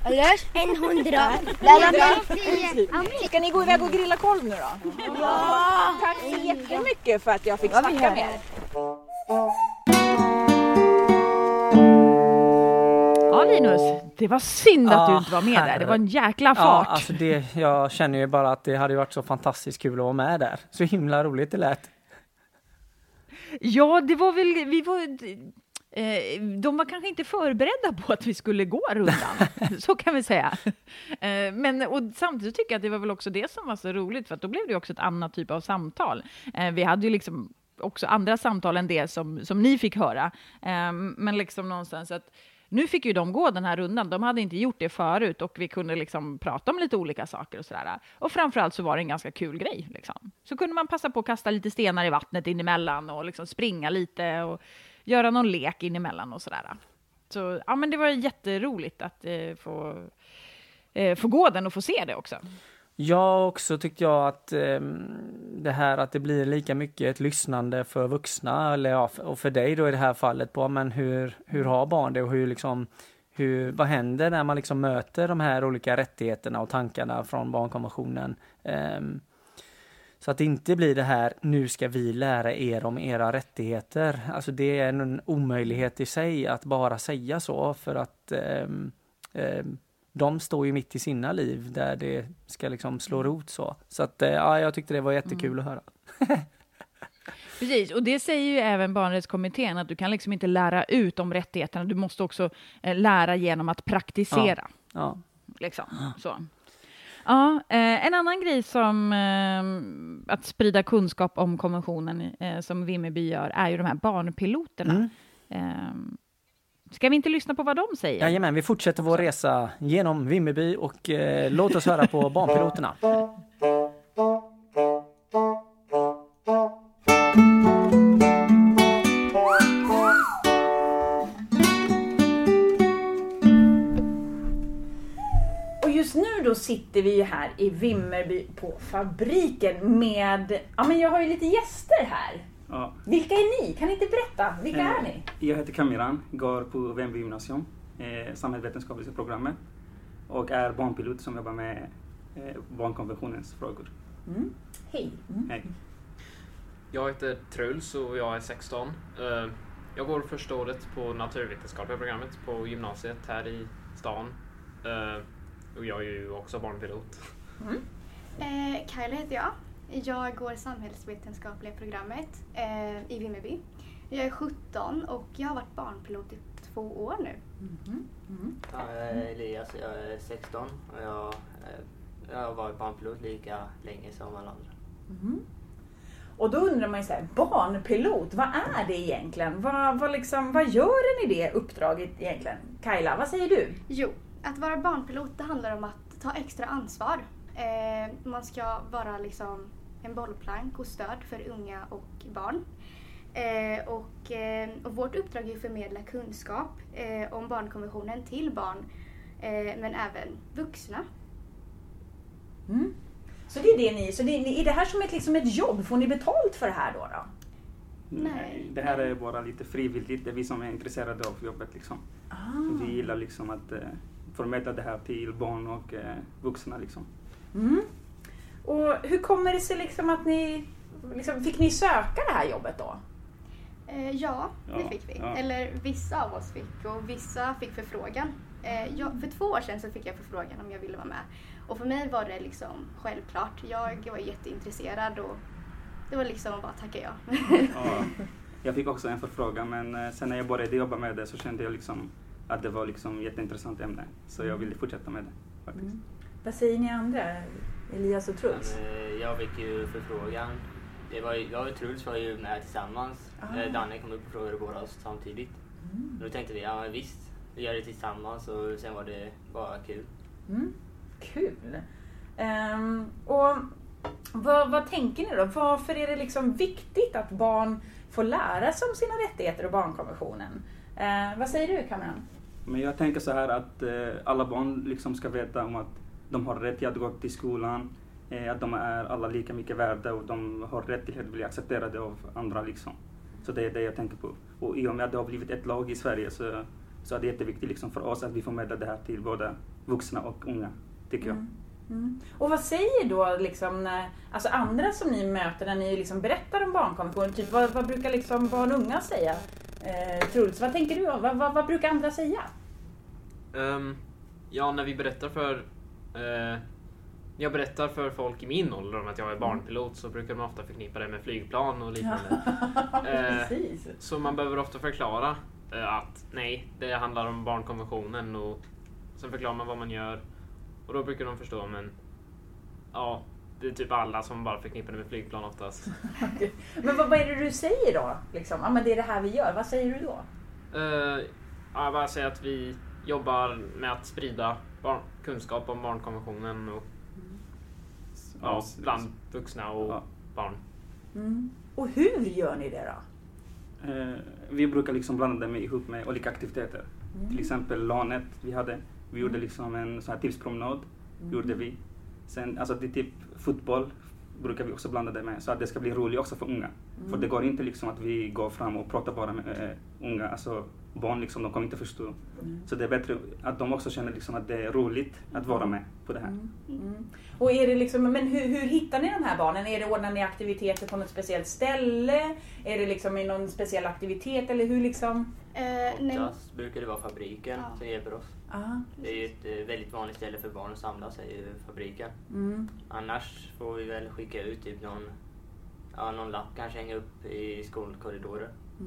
100. Ska ni gå iväg och grilla korv nu då? Ja! Tack så jättemycket för att jag fick snacka med er. Linus, det var synd att du inte var med där. Det var en jäkla fart. Ja, alltså jag känner ju bara att det hade varit så fantastiskt kul att vara med där. Så himla roligt det lät. Ja, det var väl, de var kanske inte förberedda på att vi skulle gå rundan, så kan vi säga. Och samtidigt tycker jag att det var väl också det som var så roligt, för att då blev det också ett annat typ av samtal. Vi hade ju liksom också andra samtal än det som ni fick höra. Men liksom någonstans att nu fick ju de gå den här rundan. De hade inte gjort det förut och vi kunde liksom prata om lite olika saker och sådär. Och framförallt så var det en ganska kul grej. Liksom. Så kunde man passa på att kasta lite stenar i vattnet in emellan och liksom springa lite och göra någon lek in emellan och sådär. Så ja, men det var jätteroligt att få gå den och få se det också. Jag också tyckte jag att det här att det blir lika mycket ett lyssnande för vuxna, eller ja, och för dig då i det här fallet, på men hur har barn det och vad händer när man liksom möter de här olika rättigheterna och tankarna från barnkonventionen. Så att det inte blir det här, nu ska vi lära er om era rättigheter. Alltså det är en omöjlighet i sig att bara säga så, för att de står ju mitt i sina liv där det ska liksom slå rot så. Så att jag tyckte det var jättekul att höra. Precis, och det säger ju även barnrättskommittén, att du kan liksom inte lära ut om rättigheterna. Du måste också lära genom att praktisera. Ja. Liksom, så. Ja, en annan grej som att sprida kunskap om konventionen som Vimmerby gör är ju de här barnpiloterna. Ska vi inte lyssna på vad de säger? Jajamän, vi fortsätter vår resa genom Vimmerby och låt oss höra på barnpiloterna. Just nu då sitter vi här i Vimmerby på fabriken med, men jag har ju lite gäster här. Ja. Vilka är ni? Kan ni inte berätta? Vilka är ni? Jag heter Kamiran, går på Vimmerby gymnasium, samhällsvetenskapliga programmet, och är barnpilot som jobbar med barnkonventionens frågor. Hej. Hej. Jag heter Truls och jag är 16. Jag går första året på naturvetenskapliga programmet på gymnasiet här i stan. Och jag är ju också barnpilot. Kajla heter jag. Jag går samhällsvetenskapliga programmet i Vimmerby. Jag är 17 och jag har varit barnpilot i 2 år nu. Jag är Elias, jag är 16 och jag har varit barnpilot lika länge som alla andra. Och då undrar man ju så här, barnpilot, vad är det egentligen? Vad gör ni i det uppdraget egentligen? Kajla, vad säger du? Jo, att vara barnpilot, det handlar om att ta extra ansvar. Man ska vara liksom en bollplank och stöd för unga och barn. Och vårt uppdrag är att förmedla kunskap om barnkonventionen till barn, men även vuxna. Så det är det ni, så är det här som ett jobb? Får ni betalt för det här då? Nej, det här är bara lite frivilligt. Det är vi som är intresserade av jobbet liksom. Vi gillar liksom att förmedla det här till barn och vuxna liksom. Och hur kommer det sig liksom att ni fick ni söka det här jobbet då? Ja, det fick vi. Ja. Eller vissa av oss fick, och vissa fick förfrågan. För 2 år sedan så fick jag förfrågan om jag ville vara med. Och för mig var det liksom självklart. Jag var jätteintresserad och det var liksom bara tacka ja. Ja, jag fick också en förfrågan, men sen när jag började jobba med det så kände jag liksom att det var liksom jätteintressant ämne. Så jag ville fortsätta med det faktiskt. Vad säger ni andra? Elias och Truls? Jag fick ju förfrågan. Jag och Truls var ju med tillsammans. Danne kom upp och frågade båda oss samtidigt. Då tänkte vi, ja visst, vi gör det tillsammans, och sen var det bara kul. Kul! Och vad tänker ni då? Varför är det liksom viktigt att barn får lära sig om sina rättigheter och barnkonventionen? Vad säger du, Cameron? Men jag tänker så här att alla barn liksom ska veta om att de har rätt att gå till skolan, att de är alla lika mycket värda och de har rätt till att bli accepterade av andra liksom. Så det är det jag tänker på. Och i och med att det har blivit ett lag i Sverige så är det jätteviktigt liksom för oss att vi får med det här till både vuxna och unga, tycker jag. Och vad säger då liksom, alltså andra som ni möter när ni liksom berättar om barnkonventionen? Typ, vad brukar liksom barn och unga säga? Truls, vad tänker du? Vad brukar andra säga? Ja, när vi berättar för jag berättar för folk i min ålder om att jag är barnpilot, så brukar de ofta förknippa det med flygplan och liknande. Precis. Så man behöver ofta förklara att nej, det handlar om barnkonventionen, och sen förklarar man vad man gör, och då brukar de förstå. Men ja, det är typ alla som bara förknippar det med flygplan oftast. Men vad är det du säger då? Liksom? Ja, men det är det här vi gör. Vad säger du då? Jag bara säger att vi jobbar med att sprida kunskap om barnkonventionen och bland vuxna och barn. Och hur gör ni det då? Vi brukar liksom blanda det ihop med olika aktiviteter. Till exempel LANet vi gjorde liksom en sån här tipspromenad. Gjorde vi. Sen, alltså det är typ fotboll brukar vi också blanda det med, så att det ska bli roligt också för unga. För det går inte liksom att vi går fram och pratar bara med unga, alltså barn liksom, de kommer inte förstå. Så det är bättre att de också känner liksom att det är roligt att vara med på det här. Och är det liksom, men hur hittar ni de här barnen? Är det ordnar ni aktiviteter på något speciellt ställe? Är det liksom i någon speciell aktivitet eller hur liksom? Oftast brukar det vara fabriken som hjälper oss. Det är ju ett väldigt vanligt ställe för barn att samlas i fabriken. Annars får vi väl skicka ut typ någon lapp, kanske hänga upp i skolkorridorer.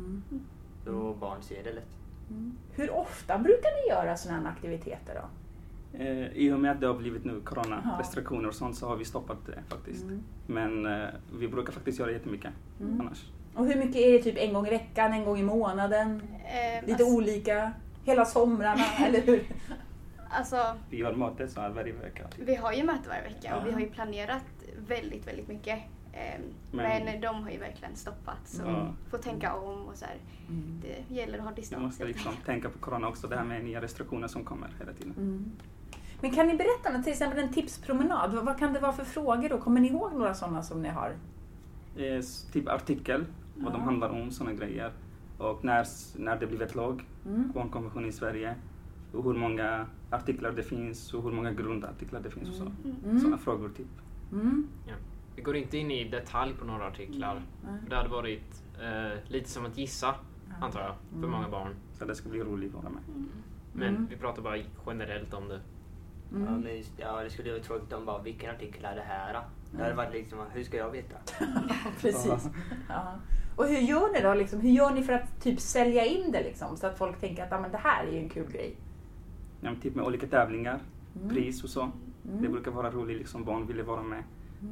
Så barn ser det lätt. Hur ofta brukar ni göra sådana aktiviteter då? I och med att det har blivit nu coronarestriktioner och sånt, så har vi stoppat det faktiskt. Men vi brukar faktiskt göra jättemycket annars. Och hur mycket är det, typ en gång i veckan, en gång i månaden? Lite olika? Hela somrarna, eller hur? Alltså, vi gör möten så här varje vecka. Vi har ju möten varje vecka och vi har ju planerat väldigt, väldigt mycket. Men de har ju verkligen stoppat, så får tänka om och så här. Det gäller att ha distans. Vi måste liksom tänka på corona också, det här med nya restriktioner som kommer hela tiden. Men kan ni berätta om till exempel en tipspromenad? Vad kan det vara för frågor då? Kommer ni ihåg några sådana som ni har? Typ artikel, vad de handlar om, sådana grejer. Och när det blivit lag, barnkonventionen i Sverige. Och hur många artiklar det finns och hur många grundartiklar det finns och så. Sådana frågor typ. Ja. Vi går inte in i detalj på några artiklar. Det hade varit lite som att gissa, antar jag, för många barn. Så det ska bli roligt att vara med. Men vi pratar bara generellt om det. Det skulle ju vara tråkigt om bara, vilken artikel är det här? Det hade varit liksom, hur ska jag veta? Precis. Och hur gör ni då? Liksom, hur gör ni för att typ sälja in det liksom, så att folk tänker att men det här är ju en kul grej? Ja, typ med olika tävlingar, pris och så. Det brukar vara roligt, liksom, barn vill vara med.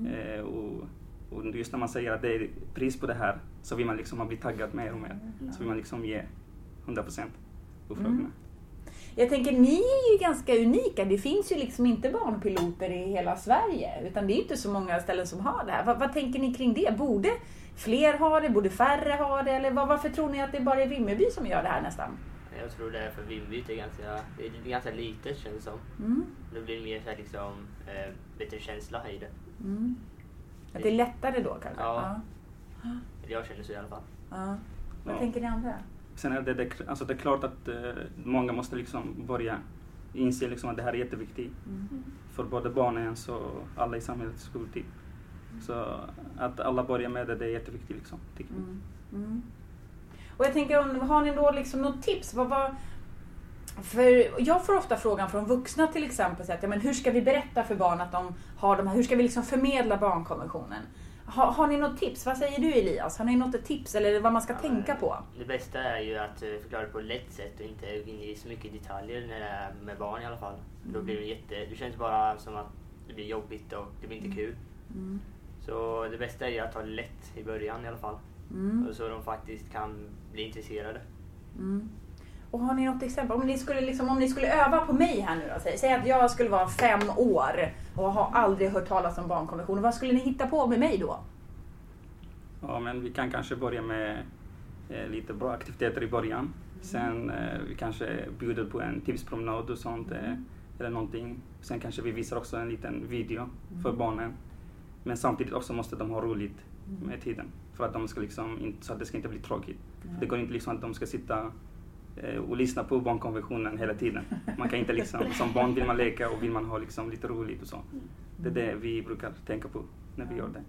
Och just när man säger att det är pris på det här, så vill man liksom bli taggad mer och mer. Så vill man liksom ge 100% på frågorna. Jag tänker, ni är ju ganska unika. Det finns ju liksom inte barnpiloter i hela Sverige. Utan det är inte så många ställen som har det här. Vad tänker ni kring det? Borde fler ha det? Borde färre ha det? Eller varför tror ni att det bara är Vimmerby som gör det här nästan? Jag tror det är för Vimmerby det är ganska litet, känns det som. Det blir mer så här, liksom, bättre känsla i det. Att det är lättare då kanske? Ja. Jag känner så i alla fall. Vad tänker ni andra? Sen är det är klart att många måste liksom börja inse liksom att det här är jätteviktigt för både barnen och alla i samhällets skull. Typ. Så att alla börjar med det är jätteviktigt liksom, tycker jag. Och jag tänker, har ni då liksom något tips? För jag får ofta frågan från vuxna till exempel, så att, men hur ska vi berätta för barn att de har de här, hur ska vi liksom förmedla barnkonventionen? Har ni något tips? Vad säger du, Elias? Har ni något tips eller vad man ska tänka på? Det bästa är ju att förklara det på ett lätt sätt och inte gå in i så mycket detaljer när det är med barn i alla fall. Då blir det känns bara som att det blir jobbigt och det blir inte kul. Så det bästa är ju att ta det lätt i början i alla fall. Och så de faktiskt kan bli intresserade. Och har ni något exempel? Om ni skulle öva på mig här nu då, säg att jag skulle vara 5 år och har aldrig hört talas om barnkonventionen. Vad skulle ni hitta på med mig då? Ja, men vi kan kanske börja med lite bra aktiviteter i början. Sen vi kanske bjuder på en tipspromenad och sånt eller någonting. Sen kanske vi visar också en liten video för barnen. Men samtidigt också måste de ha roligt med tiden. För att de ska liksom, så att det ska inte bli tråkigt. Det går inte liksom att de ska sitta och lyssna på barnkonventionen hela tiden. Man kan inte liksom, som barn vill man leka och vill man ha liksom lite roligt och så. Det är det vi brukar tänka på när vi gör det.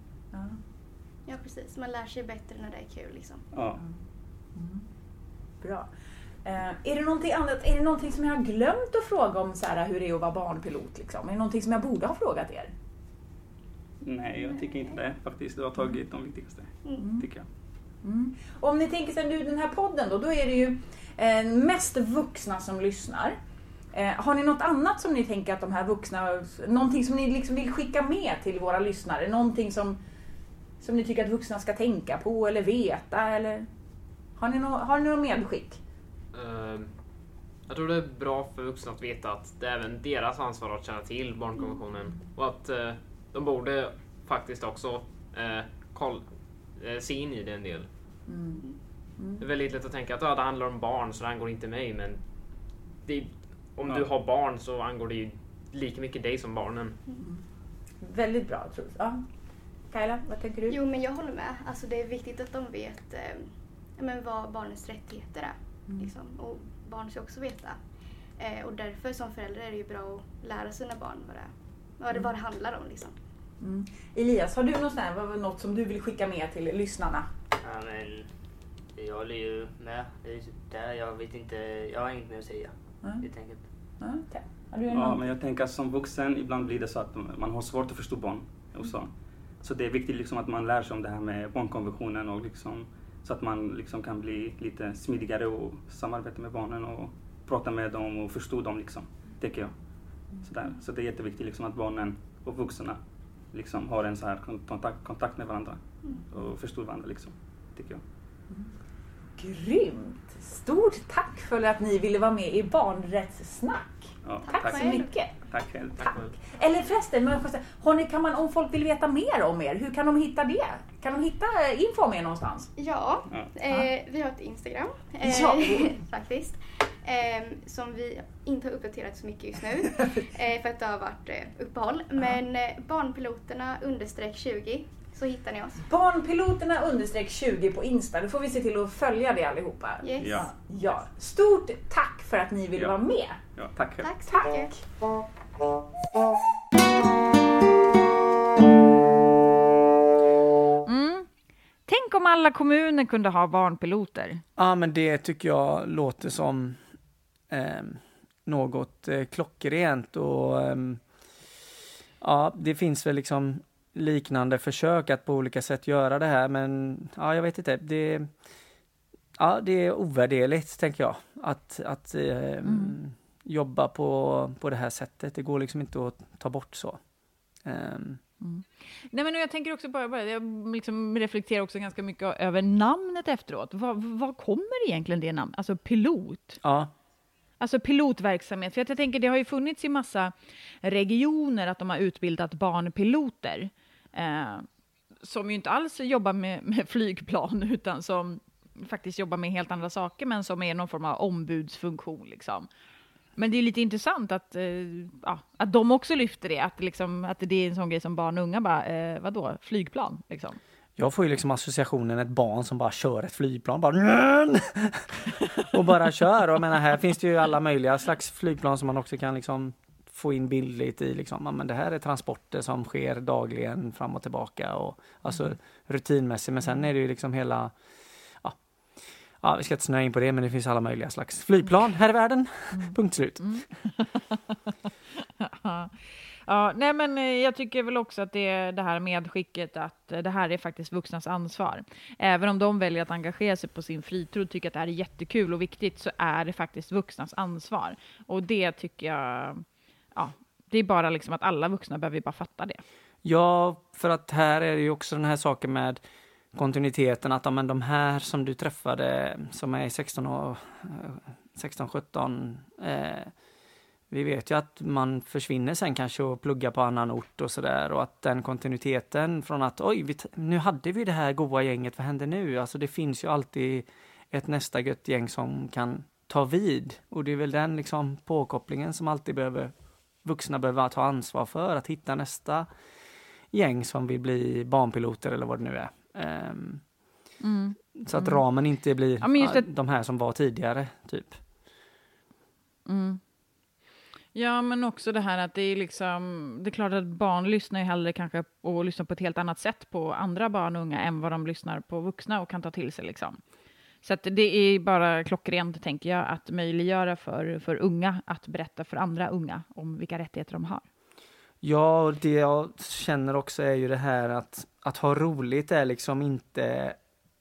Ja, precis. Man lär sig bättre när det är kul liksom. Ja. Bra. Är det någonting annat? Är det någonting som jag har glömt att fråga om så här, hur det är att vara barnpilot? Liksom? Är det någonting som jag borde ha frågat er? Nej, jag tycker inte det faktiskt. Du har tagit de viktigaste, tycker jag. Och om ni tänker sig nu den här podden då är det ju mest vuxna som lyssnar. Har ni något annat som ni tänker att de här vuxna, någonting som ni liksom vill skicka med till våra lyssnare? Någonting som ni tycker att vuxna ska tänka på eller veta? Eller har ni något medskick? Jag tror det är bra för vuxna att veta att det är även deras ansvar att känna till barnkonventionen. Och att de borde faktiskt också se in i det en del. Det är väldigt lätt att tänka att det handlar om barn så det angår inte mig. Men om du har barn så angår det ju lika mycket dig som barnen. Väldigt bra, tror jag. Ja. Kaila, vad tänker du? Jo, men jag håller med. Alltså, det är viktigt att de vet vad barnens rättigheter är. Liksom. Och barn ska också veta. Och därför som förälder är det ju bra att lära sina barn vad det handlar om. Liksom. Elias, har du något som du vill skicka med till lyssnarna? Ja, men jag håller ju med. Jag vet inte, jag har inget mer att säga. Helt enkelt. Ja, men jag tänker att som vuxen ibland blir det så att man har svårt att förstå barn också. Så det är viktigt liksom att man lär sig om det här med barnkonventionen och liksom, så att man liksom kan bli lite smidigare och samarbeta med barnen och prata med dem och förstå dem liksom, tycker jag. Så det är jätteviktigt liksom att barnen och vuxna liksom har en så här kontakt med varandra och förstår varandra liksom, tycker jag. Grymt! Stort tack för att ni ville vara med i Barnrättssnack. Ja, tack så mycket. Tack själv. Tack. Eller förresten, om folk vill veta mer om er, hur kan de hitta det? Kan de hitta info om er någonstans? Ja, vi har ett Instagram faktiskt. Som vi inte har uppdaterat så mycket just nu för att det har varit uppehåll. Men barnpiloterna _20 så hittar ni oss. Barnpiloterna _20 på Insta. Då får vi se till att följa det allihopa. Yes. Ja. Stort tack för att ni ville vara med. Ja, tack. Tack så mycket. Tänk om alla kommuner kunde ha barnpiloter. Ja, men det tycker jag låter som något klockrent och det finns väl liksom liknande försök att på olika sätt göra det här, men jag vet inte, det är ovärderligt, tänker jag, att jobba på det här sättet. Det går liksom inte att ta bort så. Nej, men jag tänker också bara jag liksom reflekterar också ganska mycket över namnet efteråt. Vad kommer egentligen det namnet? Alltså pilot. Ja. Alltså pilotverksamhet. För jag tänker, det har ju funnits i massa regioner att de har utbildat barnpiloter. Som ju inte alls jobbar med flygplan utan som faktiskt jobbar med helt andra saker, men som är någon form av ombudsfunktion liksom. Men det är lite intressant att de också lyfter det, att det är en sån grej som barn och unga bara, vadå, flygplan liksom. Jag får ju liksom associationen ett barn som bara kör ett flygplan, bara och bara kör. Och jag menar, här finns det ju alla möjliga slags flygplan som man också kan liksom få in bildligt i liksom. Men det här är transporter som sker dagligen fram och tillbaka och alltså rutinmässigt. Men sen är det ju liksom hela, vi ska inte snöa in på det, men det finns alla möjliga slags flygplan här i världen. Punkt slut. Ja, nej, men jag tycker väl också att det är det här medskicket att det här är faktiskt vuxnas ansvar. Även om de väljer att engagera sig på sin fritid och tycker att det här är jättekul och viktigt, så är det faktiskt vuxnas ansvar. Och det tycker jag, det är bara liksom att alla vuxna behöver bara fatta det. Ja, för att här är det ju också den här saken med kontinuiteten, att de här som du träffade som är 16-17, vi vet ju att man försvinner sen kanske och pluggar på annan ort och sådär, och att den kontinuiteten från att nu hade vi det här goda gänget, vad händer nu? Alltså det finns ju alltid ett nästa gött gäng som kan ta vid, och det är väl den liksom påkopplingen som alltid vuxna behöver ta ansvar för, att hitta nästa gäng som vill bli barnpiloter eller vad det nu är. Så att ramen inte blir de här som var tidigare typ. Ja, men också det här att det är liksom, det är klart att barn lyssnar ju hellre kanske och lyssnar på ett helt annat sätt på andra barn och unga än vad de lyssnar på vuxna och kan ta till sig liksom. Så att det är bara klockrent, tänker jag, att möjliggöra för unga att berätta för andra unga om vilka rättigheter de har. Ja, och det jag känner också är ju det här att ha roligt är liksom inte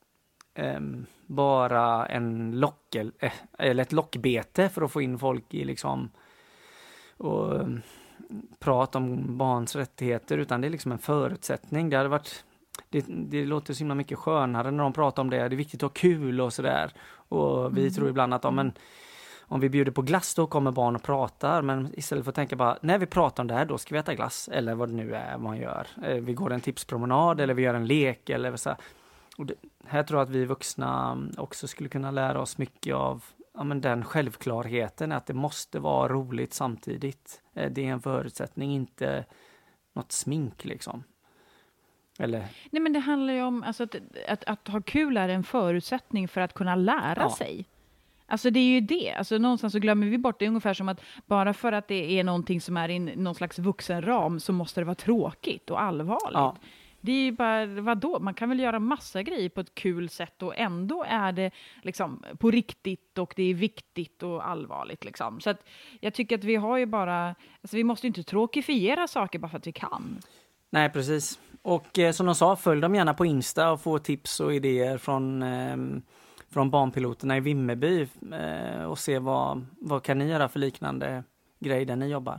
bara eller ett lockbete för att få in folk i liksom och prata om barns rättigheter, utan det är liksom en förutsättning. Det hade varit det låter så himla mycket skönare när de pratar om det. Det är viktigt att ha kul och sådär. Och vi tror ibland att om vi bjuder på glass då kommer barn och pratar. Men istället för att tänka bara, när vi pratar om det här då ska vi äta glass. Eller vad det nu är man gör. Vi går en tipspromenad eller vi gör en lek eller så här. Och här tror jag att vi vuxna också skulle kunna lära oss mycket av den självklarheten att det måste vara roligt samtidigt. Det är en förutsättning, inte något smink liksom. Eller? Nej, men det handlar ju om alltså, att ha kul är en förutsättning för att kunna lära sig. Alltså det är ju det. Alltså någonstans så glömmer vi bort det. Ungefär som att bara för att det är någonting som är i någon slags vuxenram så måste det vara tråkigt och allvarligt. Ja. Det är ju bara, vadå? Man kan väl göra massa grejer på ett kul sätt och ändå är det liksom på riktigt och det är viktigt och allvarligt liksom. Så att jag tycker att vi har ju bara, alltså vi måste ju inte tråkifiera saker bara för att vi kan. Nej, precis. Och som de sa, följ dem gärna på Insta och få tips och idéer från barnpiloterna i Vimmerby och se vad kan ni göra för liknande grej där ni jobbar.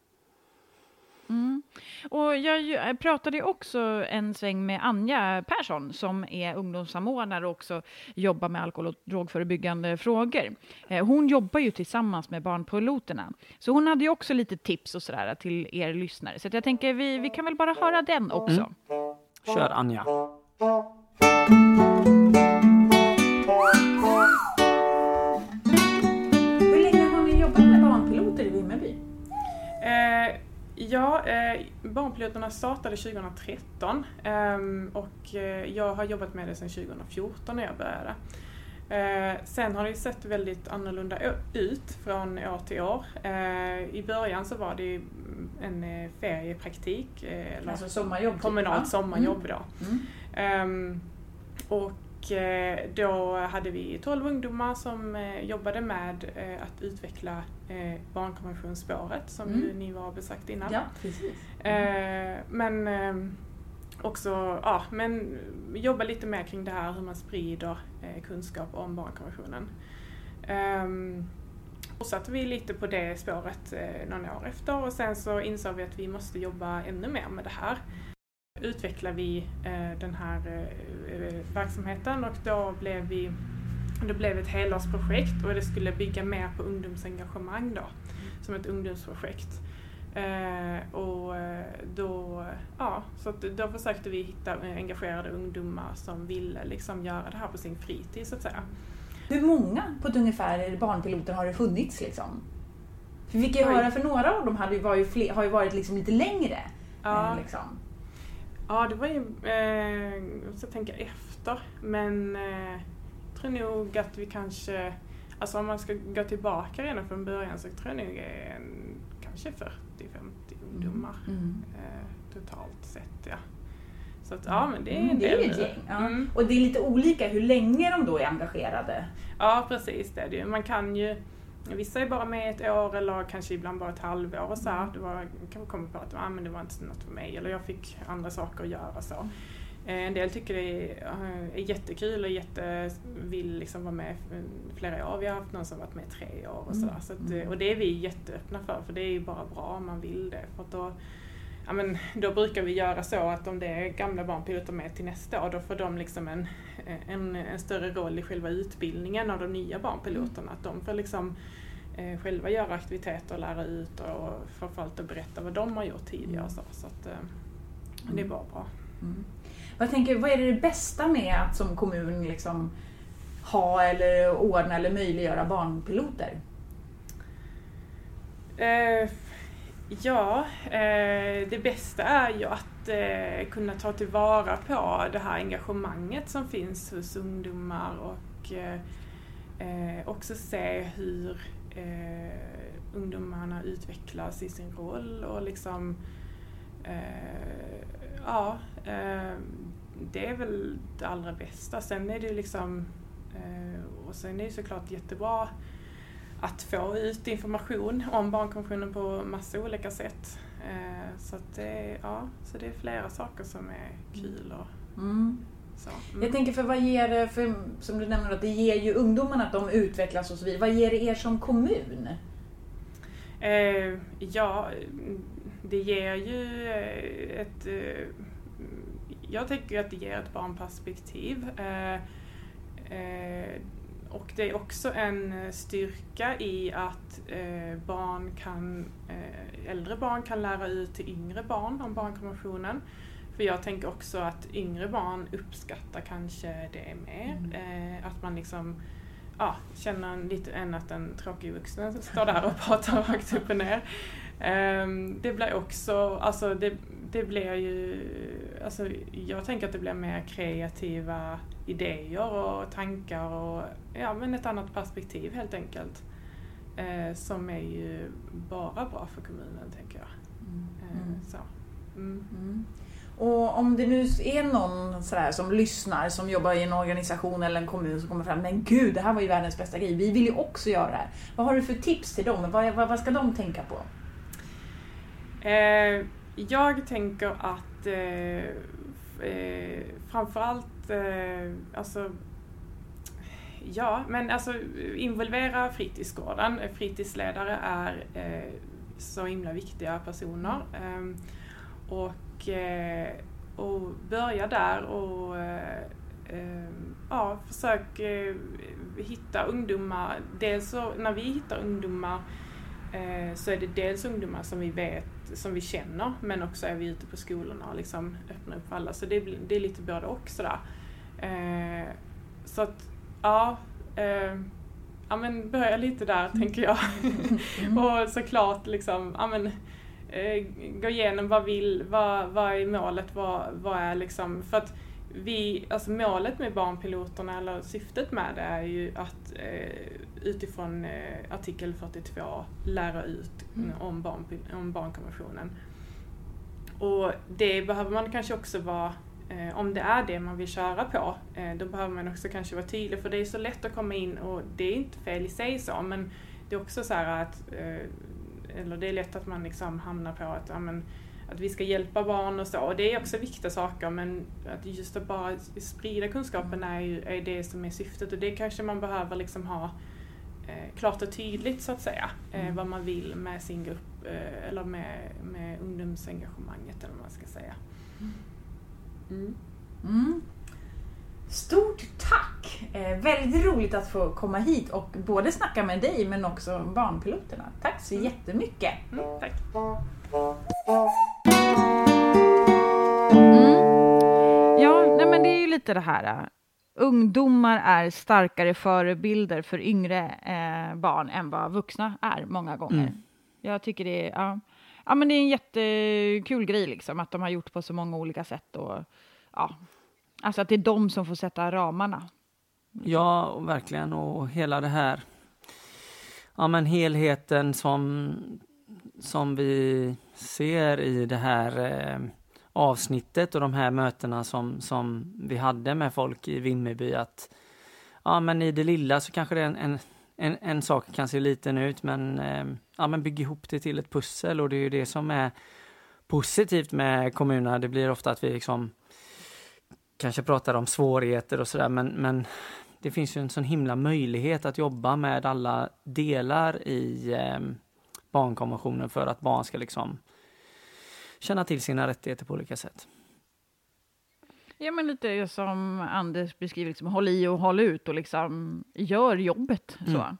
Mm. Och jag pratade också en sväng med Anja Persson som är ungdomssamordnare och också jobbar med alkohol- och drogförebyggande frågor. Hon jobbar ju tillsammans med barnpiloterna. Så hon hade ju också lite tips och sådär till er lyssnare. Så jag tänker vi kan väl bara höra den också. Kör Anja. Hur länge har ni jobbat med barnpiloter i Vimmerby? Barnpiloterna startade 2013 och jag har jobbat med det sedan 2014 när jag började. Sen har det sett väldigt annorlunda ut från år till år. I början så var det en feriepraktik, alltså sommarjobb, kommunalt sommarjobb då. Och då hade vi 12 ungdomar som jobbade med att utveckla barnkonventionsspåret som ni var besökt innan. Ja, precis. Men också jobba lite mer kring det här hur man sprider kunskap om barnkonventionen. Och satte vi lite på det spåret några år efter och sen så insåg vi att vi måste jobba ännu mer med det här. Utvecklar vi den här verksamheten och då blev ett helårsprojekt och det skulle bygga mer på ungdomsengagemang då, som ett ungdomsprojekt. Då försökte vi hitta engagerade ungdomar som ville liksom göra det här på sin fritid så att säga. Hur många på ett ungefär barnpiloter har det funnits liksom? För vi kan ju höra för några av dem har ju varit liksom lite längre. Liksom. Ja, det var ju, så jag tänker efter, men jag tror nog att vi kanske, alltså om man ska gå tillbaka redan från början så tror jag nog kanske 40-50 ungdomar totalt sett, ja. Så att, men det är en del. Det är ett gäng, ja. Och det är lite olika hur länge de då är engagerade. Ja, precis, det är det. Man kan ju, vissa är bara med ett år eller kanske ibland bara ett halvår och så här. Kan komma på att men det var inte något för mig eller jag fick andra saker att göra så. En del tycker det är jättekul och vill liksom vara med flera år. Vi har haft någon som varit med 3 år och sådär. Så och det är vi jätteöppna för det är ju bara bra om man vill det. För att då brukar vi göra så att om det är gamla barnpiloter med till nästa år då får de liksom en större roll i själva utbildningen av de nya barnpiloterna. Att de får liksom själva göra aktiviteter och lära ut och framförallt att berätta vad de har gjort tidigare. Så att det är bara bra. Vad är det bästa med att som kommun liksom ha eller ordna eller möjliggöra barnpiloter? Det bästa är ju att kunna ta tillvara på det här engagemanget som finns hos ungdomar och också se hur ungdomarna utvecklas i sin roll och liksom det är väl det allra bästa. Sen är det liksom Och sen är det såklart jättebra att få ut information om barnkonventionen på massa olika sätt. Så det är flera saker som är kul. Jag tänker, för vad ger det, för, som du nämnde, att det ger ju ungdomarna att de utvecklas och så vidare. Vad ger det er som kommun? Det ger ju jag tänker att det ger ett barnperspektiv. Och det är också en styrka i att äldre barn kan lära ut till yngre barn om barnkonventionen. För jag tänker också att yngre barn uppskattar kanske det mer. Att man liksom känner lite än att en tråkig vuxen står där och pratar rakt upp och ner. Det blir också, alltså det blir ju, alltså jag tänker att det blir mer kreativa idéer och tankar och men ett annat perspektiv helt enkelt. Som är ju bara bra för kommunen, tänker jag. Och om det nu är någon sådär som lyssnar, som jobbar i en organisation eller en kommun, som kommer fram, men gud, det här var ju världens bästa grej, vi vill ju också göra det här. Vad har du för tips till dem? Vad ska de tänka på? Jag tänker att framförallt involvera fritidsgården. Fritidsledare är så himla viktiga personer. Och börja där och försök hitta ungdomar. Dels så, när vi hittar ungdomar så är det dels ungdomar som vi vet, som vi känner, men också är vi ute på skolorna och liksom öppnar upp för alla. Så det är lite både och sådär. Så att börja lite där, tänker jag. Och såklart liksom, gå igenom vad är målet, vad är liksom, för att målet med barnpiloterna, eller syftet med det, är ju att utifrån artikel 42 lära ut om barnkonventionen. Och det behöver man kanske också vara, om det är det man vill köra på, då behöver man också kanske vara tydlig, för det är så lätt att komma in, och det är inte fel i sig så, men det är också så här att eller det är lätt att man liksom hamnar på att vi ska hjälpa barn och så. Och det är också viktiga saker, men att just att bara sprida kunskapen är det som är syftet. Och det kanske man behöver liksom ha klart och tydligt, så att säga. Vad man vill med sin grupp eller med ungdomsengagemanget, eller vad man ska säga. Stort tack! Väldigt roligt att få komma hit och både snacka med dig, men också barnpiloterna. Tack så jättemycket! Tack! Men det är ju lite det här. Ungdomar är starkare förebilder för yngre barn än vad vuxna är många gånger. Jag tycker det är, men det är en jättekul grej liksom, att de har gjort på så många olika sätt. Och, alltså att det är de som får sätta ramarna. Ja, verkligen. Och hela det här, helheten som vi ser i det här avsnittet och de här mötena som vi hade med folk i Vimmerby, att men i det lilla så kanske det är en sak kan se liten ut, men bygg ihop det till ett pussel, och det är ju det som är positivt med kommunerna. Det blir ofta att vi liksom kanske pratar om svårigheter och sådär, men det finns ju en sån himla möjlighet att jobba med alla delar i barnkonventionen för att barn ska liksom känna till sina rättigheter på olika sätt. Ja, men lite som Anders beskriver, liksom, håll i och håll ut och liksom gör jobbet. Så.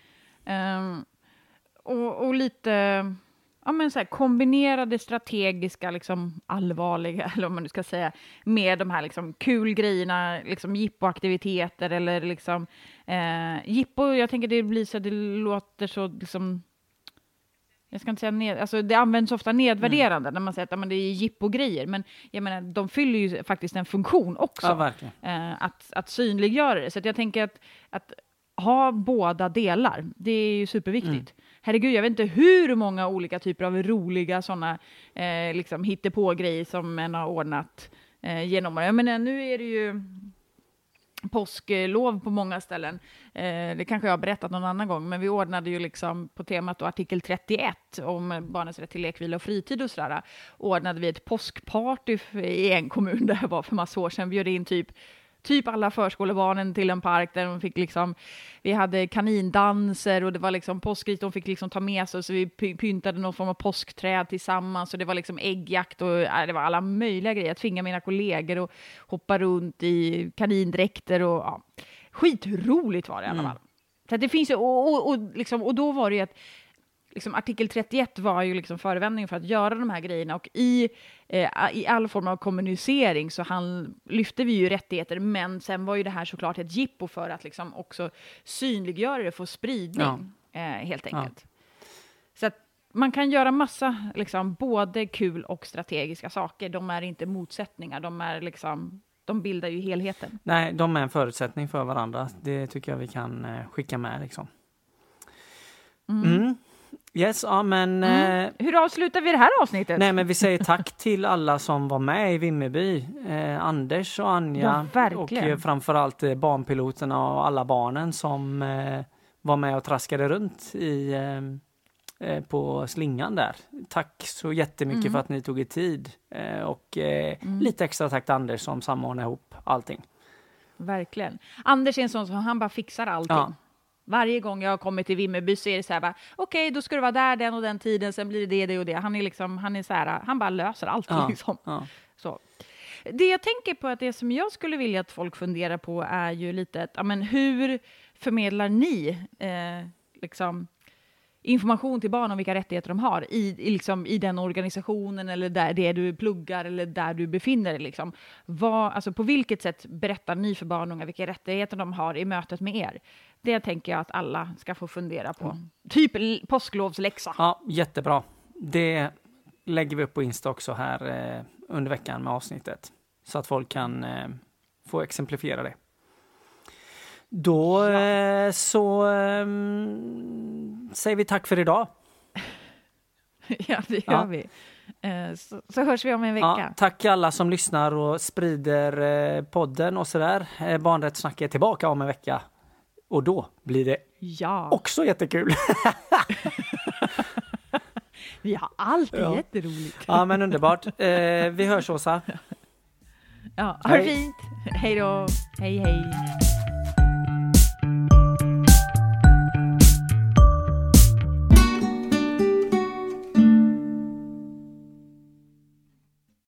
Och lite så här, kombinerade strategiska, liksom, allvarliga, eller vad man nu ska säga, med de här liksom kul grejerna, liksom jippoaktiviteter eller liksom jippo, jag tänker det blir så, det låter så liksom, jag ska inte säga alltså det används ofta nedvärderande när man säger att det är jippo-grejer, men jag menar, de fyller ju faktiskt en funktion också. Ja, verkligen. Att synliggöra det. Så att jag tänker att ha båda delar, det är ju superviktigt. Herregud, jag vet inte hur många olika typer av roliga sådana liksom hittepå-grejer som man har ordnat genom. Jag menar, nu är det ju påsklov på många ställen. Det kanske jag har berättat någon annan gång, men vi ordnade ju liksom på temat då artikel 31 om barnens rätt till lekvila och fritid och sådär. Ordnade vi ett påskparty i en kommun där jag var för massa år sedan. Vi bjöd in typ alla förskolebarnen till en park där de fick liksom, vi hade kanindanser och det var liksom påskris, de fick liksom ta med sig, så vi pyntade någon form av påskträd tillsammans och det var liksom äggjakt och det var alla möjliga grejer. Jag tvingade mina kollegor att hoppa runt i kanindräkter och skitroligt var det i alla fall. Så att det finns ju, och då var det ju att liksom artikel 31 var ju liksom förevändningen för att göra de här grejerna, och i all form av kommunicering så lyfte vi ju rättigheter, men sen var ju det här såklart ett jippo för att liksom också synliggöra det, få spridning helt enkelt. Så att man kan göra massa liksom, både kul och strategiska saker. De är inte motsättningar, de bildar ju helheten. Nej, de är en förutsättning för varandra. Det tycker jag vi kan skicka med liksom. Yes, ja, men... Hur avslutar vi det här avsnittet? Nej, men vi säger tack till alla som var med i Vimmerby. Anders och Anja. Ja, och framförallt barnpiloterna och alla barnen som var med och traskade runt på slingan där. Tack så jättemycket för att ni tog er tid. Och lite extra tack till Anders som samordnade ihop allting. Verkligen. Anders är en sån som han bara fixar allting. Ja. Varje gång jag har kommit till Vimmerby så är det så här, okej, då ska du vara där den och den tiden, sen blir det och det. Han är så här, han bara löser allt liksom. Ja. Så. Det jag tänker på, att det som jag skulle vilja att folk funderar på är ju lite att, hur förmedlar ni liksom information till barn om vilka rättigheter de har i den organisationen eller där det du pluggar eller där du befinner dig liksom. På vilket sätt berättar ni för barn och unga vilka rättigheter de har i mötet med er? Det tänker jag att alla ska få fundera på. Typ påsklovsläxa. Ja, jättebra. Det lägger vi upp på Insta också här under veckan med avsnittet. Så att folk kan få exemplifiera det. Då säger vi tack för idag. Ja, det gör vi. Så hörs vi om en vecka. Ja, tack alla som lyssnar och sprider podden och sådär. Barnrättssnack är tillbaka om en vecka. Och då blir det också jättekul. Vi har alltid jätteroligt. Ja, men underbart. Vi hörs, Åsa. Ja, ha det fint. Hej då. Hej, hej.